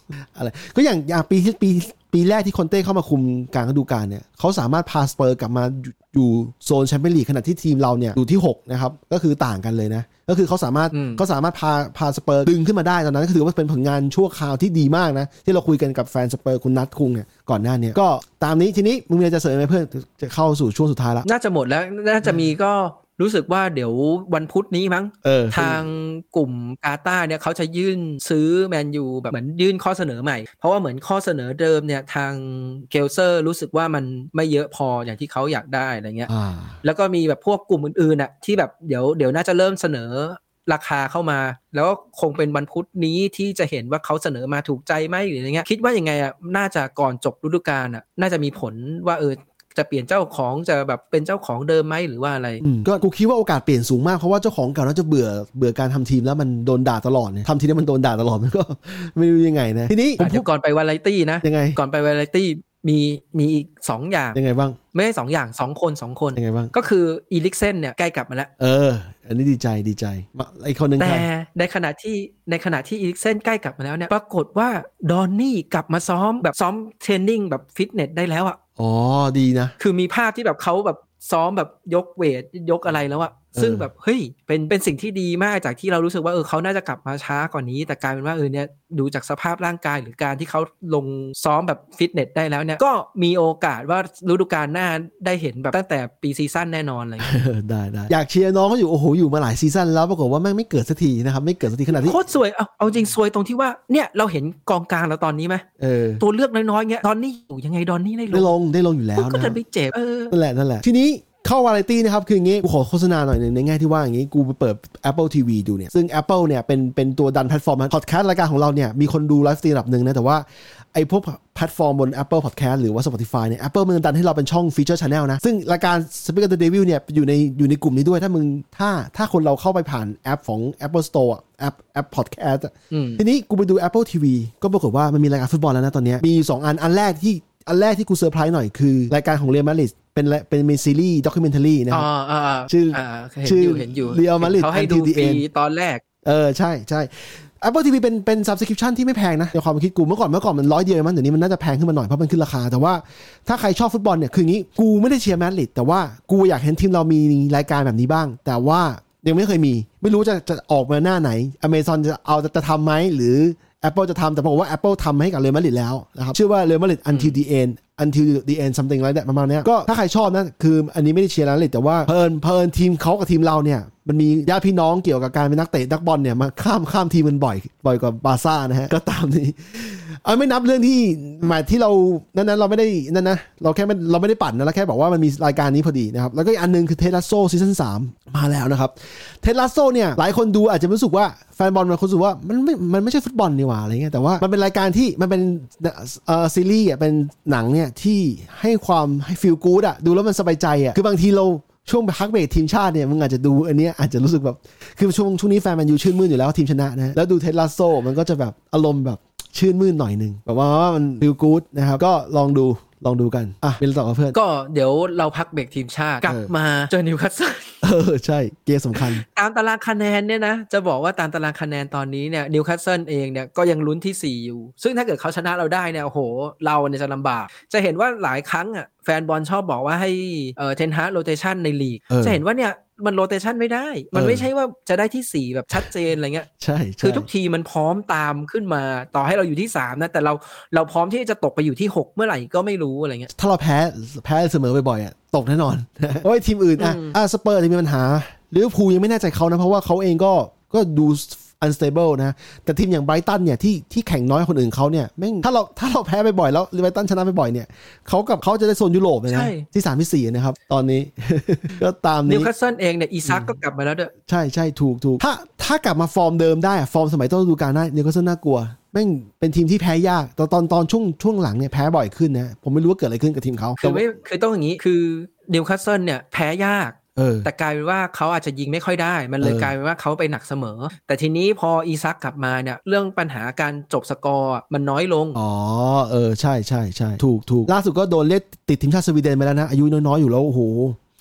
S1: อะไรก็อย่างอย่างปีที่ปีปีแรกที่คอนเต้เข้ามาคุมกลางฤดูกาลเนี่ยเขาสามารถพาสเปอร์กลับมาอยู่โซนแชมเปี้ยนลีกขณะที่ทีมเราเนี่ยอยู่ที่หกนะครับก็คือต่างกันเลยนะก็คือเขาสามารถเขาสามารถพาพาสเปอร์ดึงขึ้นมาได้ตอนนั้นก็ถือว่าเป็นผลงานชั่วคราวที่ดีมากนะที่เราคุยกันกับแฟนสเปอร์คุณนัทคุงเนี่ยก่อนหน้านี้ก็ตามนี้ทีนี้มึงมีอะไรจะเสริมไหมเพื่อนจะเข้าสู่ช่วงสุดท้ายแล้ว
S3: น่าจะหมดแล้วน่าจะมีก็รู้สึกว่าเดี๋ยววันพุธนี้มั้งทางกลุ่มกาตาร์เนี่ยเขาจะยื่นซื้อแมนยูแบบเหมือนยื่นข้อเสนอใหม่เพราะว่าเหมือนข้อเสนอเดิมเนี่ยทางเกลเซอร์รู้สึกว่ามันไม่เยอะพออย่างที่เขาอยากได้อะไรเงี้ยแล้วก็มีแบบพวกกลุ่มอื่นๆอ่ะที่แบบเดี๋ยวเดี๋ยวน่าจะเริ่มเสนอราคาเข้ามาแล้วคงเป็นวันพุธนี้ที่จะเห็นว่าเขาเสนอมาถูกใจไหมหรืออะไรเงี้ยคิดว่ายังไงอ่ะน่าจะก่อนจบฤดูกาลอ่ะน่าจะมีผลว่าเออจะเปลี่ยนเจ้าของจะแบบเป็นเจ้าของเดิมไหมหรือว่าอะไร
S1: ก็กูคิดว่าโอกาสเปลี่ยนสูงมากเพราะว่าเจ้าของเก่าน่าจะเบื่อเบื่อการทำทีมแล้วมันโดนด่าตลอดเนี่ยทำทีนี้มันโดนด่าตลอดมันก็ไม่รู้ยังไงนะทีนี้
S3: ผมพูดก่อนไปวาไรตี้นะ
S1: ยังไง
S3: ก่อนไปวาไรตี้มีมีอีกสองอย่าง
S1: ยังไงบ้าง
S3: ไม่ใช่สองอย่างสองคนสองคน
S1: ยังไงบ้าง
S3: ก็คืออีลิกเซนเนี่ยใกล้กลับมาแล้ว
S1: เอออันนี้ดีใจดีใจไอ้คนนึง
S3: แต่ในขณะที่ในขณะที่อีลิกเซนใกล้กลับมาแล้วเนี่ยปรากฏว่าดอนนี่กลับมาซ้อมแบบซ้อมเทรนนิ่งแบบฟิตเนสได้แล้วอ่ะ
S1: อ๋อดีนะ
S3: คือมีภาพที่แบบเขาแบบซ้อมแบบยกเวทยกอะไรแล้วอะซึ่งแบบเฮ้ยเป็นเป็นสิ่งที่ดีมากจากที่เรารู้สึกว่าเออเขาน่าจะกลับมาช้ากว่านี้แต่กลายเป็นว่าเออเนี่ยดูจากสภาพร่างกายหรือการที่เขาลงซ้อมแบบฟิตเนสได้แล้วเนี่ยก็มีโอกาสว่าฤดูกาลหน้าได้เห็นแบบตั้งแต่ปีซีซั่นแน่นอนอะไรอย่างเงี้ย
S1: ได้ได้อยากเชียร์น้องเขาอยู่โอ้โหอยู่มาหลายซีซั่นแล้วปรากฏว่าแม่งไม่เกิดสักทีนะครับไม่เกิดสักทีขนาดที่
S3: โคตรสวยเอาเอาจริงสวยตรงที่ว่าเนี่ยเราเห็นกองกลางแล้วตอนนี้ไหม
S1: เออ
S3: ตัวเลือกน้อยๆเงี้ยดอนนี่อยู่ยังไงดอนนี่ได้ลง
S1: ได้ลงได้ลงอยู่แล้ว
S3: นะก็จะไม่เจ็บเออ
S1: นั่นแหละนั่นแหละทีนี้เข้าวาไรตี้นะครับคืออย่างงี้กูขอโฆษณาหน่อยนึงในแง่ที่ว่าอย่างงี้กูไปเปิด Apple ที วี ดูเนี่ยซึ่ง Apple เนี่ยเป็นเป็นตัวดันแพลตฟอร์มพอดแคสต์รายการของเราเนี่ยมีคนดูไลฟ์สตรีมระดับนึงนะแต่ว่าไอ้พวกแพลตฟอร์มบน Apple Podcast หรือว่า Spotify เนี่ย Apple มันดันให้เราเป็นช่อง Feature Channel นะซึ่งรายการ Speak of the Devil เนี่ยอยู่ในอยู่ในกลุ่มนี้ด้วยถ้ามึงถ้าถ้าคนเราเข้าไปผ่านแอปของ Apple Store แอปแอป Podcast ทีนี้กูไปดู Apple ที วี ก็ปรากฏว่ามันมีรายการฟุตบอลแล้วนะตอนนี้มีอยู่สองอันอันแรกที่อันแรกที่กูเซอร์ไพรส์หน่อยคือรายการของเรียลมาดริดเป็นเป็นมีซีรีส์ด็อกิเมนทารีนะครับ
S3: อ๋อ
S1: ชื่อ
S3: ชื่อเห็นอยู่
S1: เรียลมาดริด
S3: เขาให้ดูฟรีตอนแรก
S1: เออใช่ใช่ Apple ที วี เป็นเป็น Subscription ที่ไม่แพงนะในความคิดกูเมื่อก่อนเมื่อก่อนมันร้อยเดียวมั้งเดี๋ยวนี้มันน่าจะแพงขึ้นมาหน่อยเพราะมันขึ้นราคาแต่ว่าถ้าใครชอบฟุตบอลเนี่ยคืองี้กูไม่ได้เชียร์มาดริดแต่ว่ากูอยากเห็นทีมเรามีรายการแบบนี้บ้างแต่ว่ายังไม่เคยมีไม่รู้จะจะออกมาหน้าไหน Amazon จะเอาจะทำไหมหรือ Apple จะทำแต่บอกว่า Apple ทำให้กับเรอัลมาดริดแล้วนะครับชื่อว่า Real Madrid Until the End Until the End something like that ประมาณนี้ก็ถ้าใครชอบนะคืออันนี้ไม่ได้เชียร์แล้วเลยแต่ว่าเพิ่นเพิ่นทีมเขากับทีมเราเนี่ยมันมีญาติพี่น้องเกี่ยวกับการเป็นนักเตะนักบอลเนี่ยมาข้ามข้ามทีมมันบ่อยบ่อยกว่าบาร์ซ่านะฮะก็ตามนี้เอาไม่นับเรื่องที่หมายที่เรานั้นนั้นเราไม่ได้นั่นนะเราแค่เราไม่ได้ปั่นนะเราแค่บอกว่ามันมีรายการนี้พอดีนะครับแล้วก็อีกอันนึงคือเทสลาโซซีซั่นสามมาแล้วนะครับเทสลาโซเนี่ยหลายคนดูอาจจะรู้สึกว่าแฟนบอลมันรู้สึกว่ามันไม่มันไม่ใช่ฟุตบอลนี่หว่าอะไรเงี้ยแต่ว่ามันเป็นรายการที่มันเป็นเอ่อซีรีส์อ่ะเป็นหนังเนี่ยที่ให้ความให้ฟีลกู๊ดอ่ะดูแล้วมันสบายใจอ่ะคือบางทีเราช่วงพักเบรกทีมชาติเนี่ยมึงอาจจะดูอันนี้อาจจะรู้สึกแบบคือช่วงช่วงนี้แฟนแมนยูชื่นมื่นอยู่แล้วทีมชนะนะแล้วดูเทสลาโซมันก็จะแบบอารมณ์แบบชื่นมื่นหน่อยนึงแบบว่ามันฟีลกู๊ดนะครับก็ลองดูลองดูกันอ่ะเป็นต่อกับเพื่อน
S3: ก็เดี๋ยวเราพักเบรกทีมชาติกลับมาเจอนิวคาสเซิล
S1: เออใช่เกมสำคัญ
S3: ตามตารางคะแนนเนี่ยนะจะบอกว่าตามตารางคะแนนตอนนี้เนี่ยนิวคาสเซิลเองเนี่ยก็ยังลุ้นที่สี่อยู่ซึ่งถ้าเกิดเขาชนะเราได้เนี่ยโอ้โหเราเนี่ยจะลำบากจะเห็นว่าหลายครั้งอ่ะแฟนบอลชอบบอกว่าให้เอ่อเทนฮาร์โรเทชันในลีกจะเห็นว่าเนี่ยมันโรเตชันไม่ได้มันไม่ใช่ว่าจะได้ที่สี่แบบชัดเจนอะไรเงี้ย
S1: ใช่
S3: คือทุกทีมันพร้อมตามขึ้นมาต่อให้เราอยู่ที่สามนะแต่เราเราพร้อมที่จะตกไปอยู่ที่หกเมื่อไหร่ก็ไม่รู้อะไรเงี้ย
S1: ถ้าเราแพ้แพ้เสมอบ่อยๆอ่ะตกแน่นอนเพราะว่าทีมอื่นอ่ะอ่ะสเปอร์จะมีปัญหาลิเวอร์พูลยังไม่แน่ใจเขานะเพราะว่าเขาเองก็ก็ดูunstable นะแต่ทีมอย่างไบรตันเนี่ยที่ที่แข่งน้อยคนอื่นเขาเนี่ยแม่งถ้าเราถ้าเราแพ้ไปบ่อยแล้วไบรตันชนะไปบ่อยเนี่ยเขากับเขาจะได้โซนยุโรปเลยนะที่สามที่สี่นะครับตอนนี้ ก็ตามนี้
S3: นิวคาสเซิลเองเนี่ยอีซักก็กลับมาแล้วด้วย
S1: ใช่ใช่ถูกถูกถ้าถ้ากลับมาฟอร์มเดิมได้ฟอร์มสมัยต้นฤดูกาลได้นิวคาสเซิลน่ากลัวแม่งเป็นทีมที่แพ้ยากตอนตอนตอนช่วงช่วงหลังเนี่ยแพ้บ่อยขึ้นนะผมไม่รู้ว่าเกิดอะไรขึ้นกับทีมเขา
S3: คือไม่คือต้องอย่างนี้คือนิวคาสเซิลเนี่ยแพ้ยากแต่กลายเป็นว่าเขาอาจจะยิงไม่ค่อยได้มันเลยกลายเป็นว่าเขาไปหนักเสมอแต่ทีนี้พออีซักกลับมาเนี่ยเรื่องปัญหาการจบสกอร์มันน้อยลง
S1: อ๋อเออใช่ใช่ใช่ถูกถูกล่าสุดก็โดนเรียกติดทีมชาติสวีเดนไปแล้วนะอายุน้อยๆอยู่แล้วโอ้โห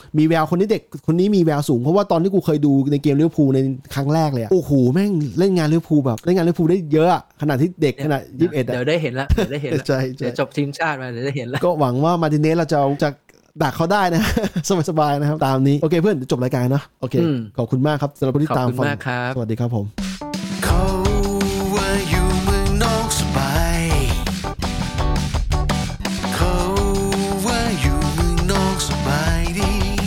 S1: มีแววคนนี้เด็กคนนี้มีแววสูงเพราะว่าตอนที่กูเคยดูในเกมลิเวอร์พูลในครั้งแรกเลยโอ้โหแม่งเล่นงานลิเวอร์พูลแบบเล่นงานลิเวอร์พูลได้เยอะขนาดที่เด็กขนาดยี่สิบเอ็ด
S3: เดี๋ยวได้เห็นละเดี๋ยวได้เห็นละ
S1: ใช่
S3: เดี๋ยวจบทีมชาติมาเดี๋ยวได้เห็นละ
S1: ก็หวังว่ามาร์ติเนสเราจะจะดักเขาได้นะ สบายๆนะครับตามนี้โอเคเพื่อนจบรายการเนาะโอเคขอบคุณมากครับสำหรับผู้ที่ตามฟังสวัสดีครับผมเขาว่าอยู่เมืองนอกสบายเขาว่าอยู่เมืองนอกสบายดี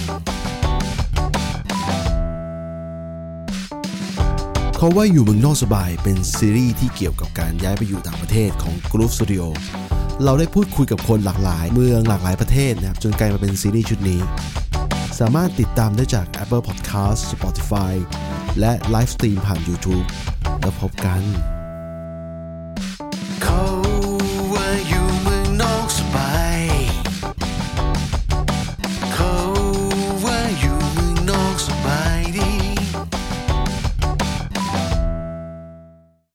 S1: เขาว่าอยู่เมืองนอกสบายเป็นซีรีส์ที่เกี่ยวกับการย้ายไปอยู่ต่างประเทศของ Groove Studioเราได้พูดคุยกับคนหลากหลายเมืองหลากหลายประเทศนะครับจนกลายมาเป็นซีรีส์ชุดนี้สามารถติดตามได้จาก Apple Podcast Spotify และไลฟ์สตรีมผ่าน YouTube แล้วพบกัน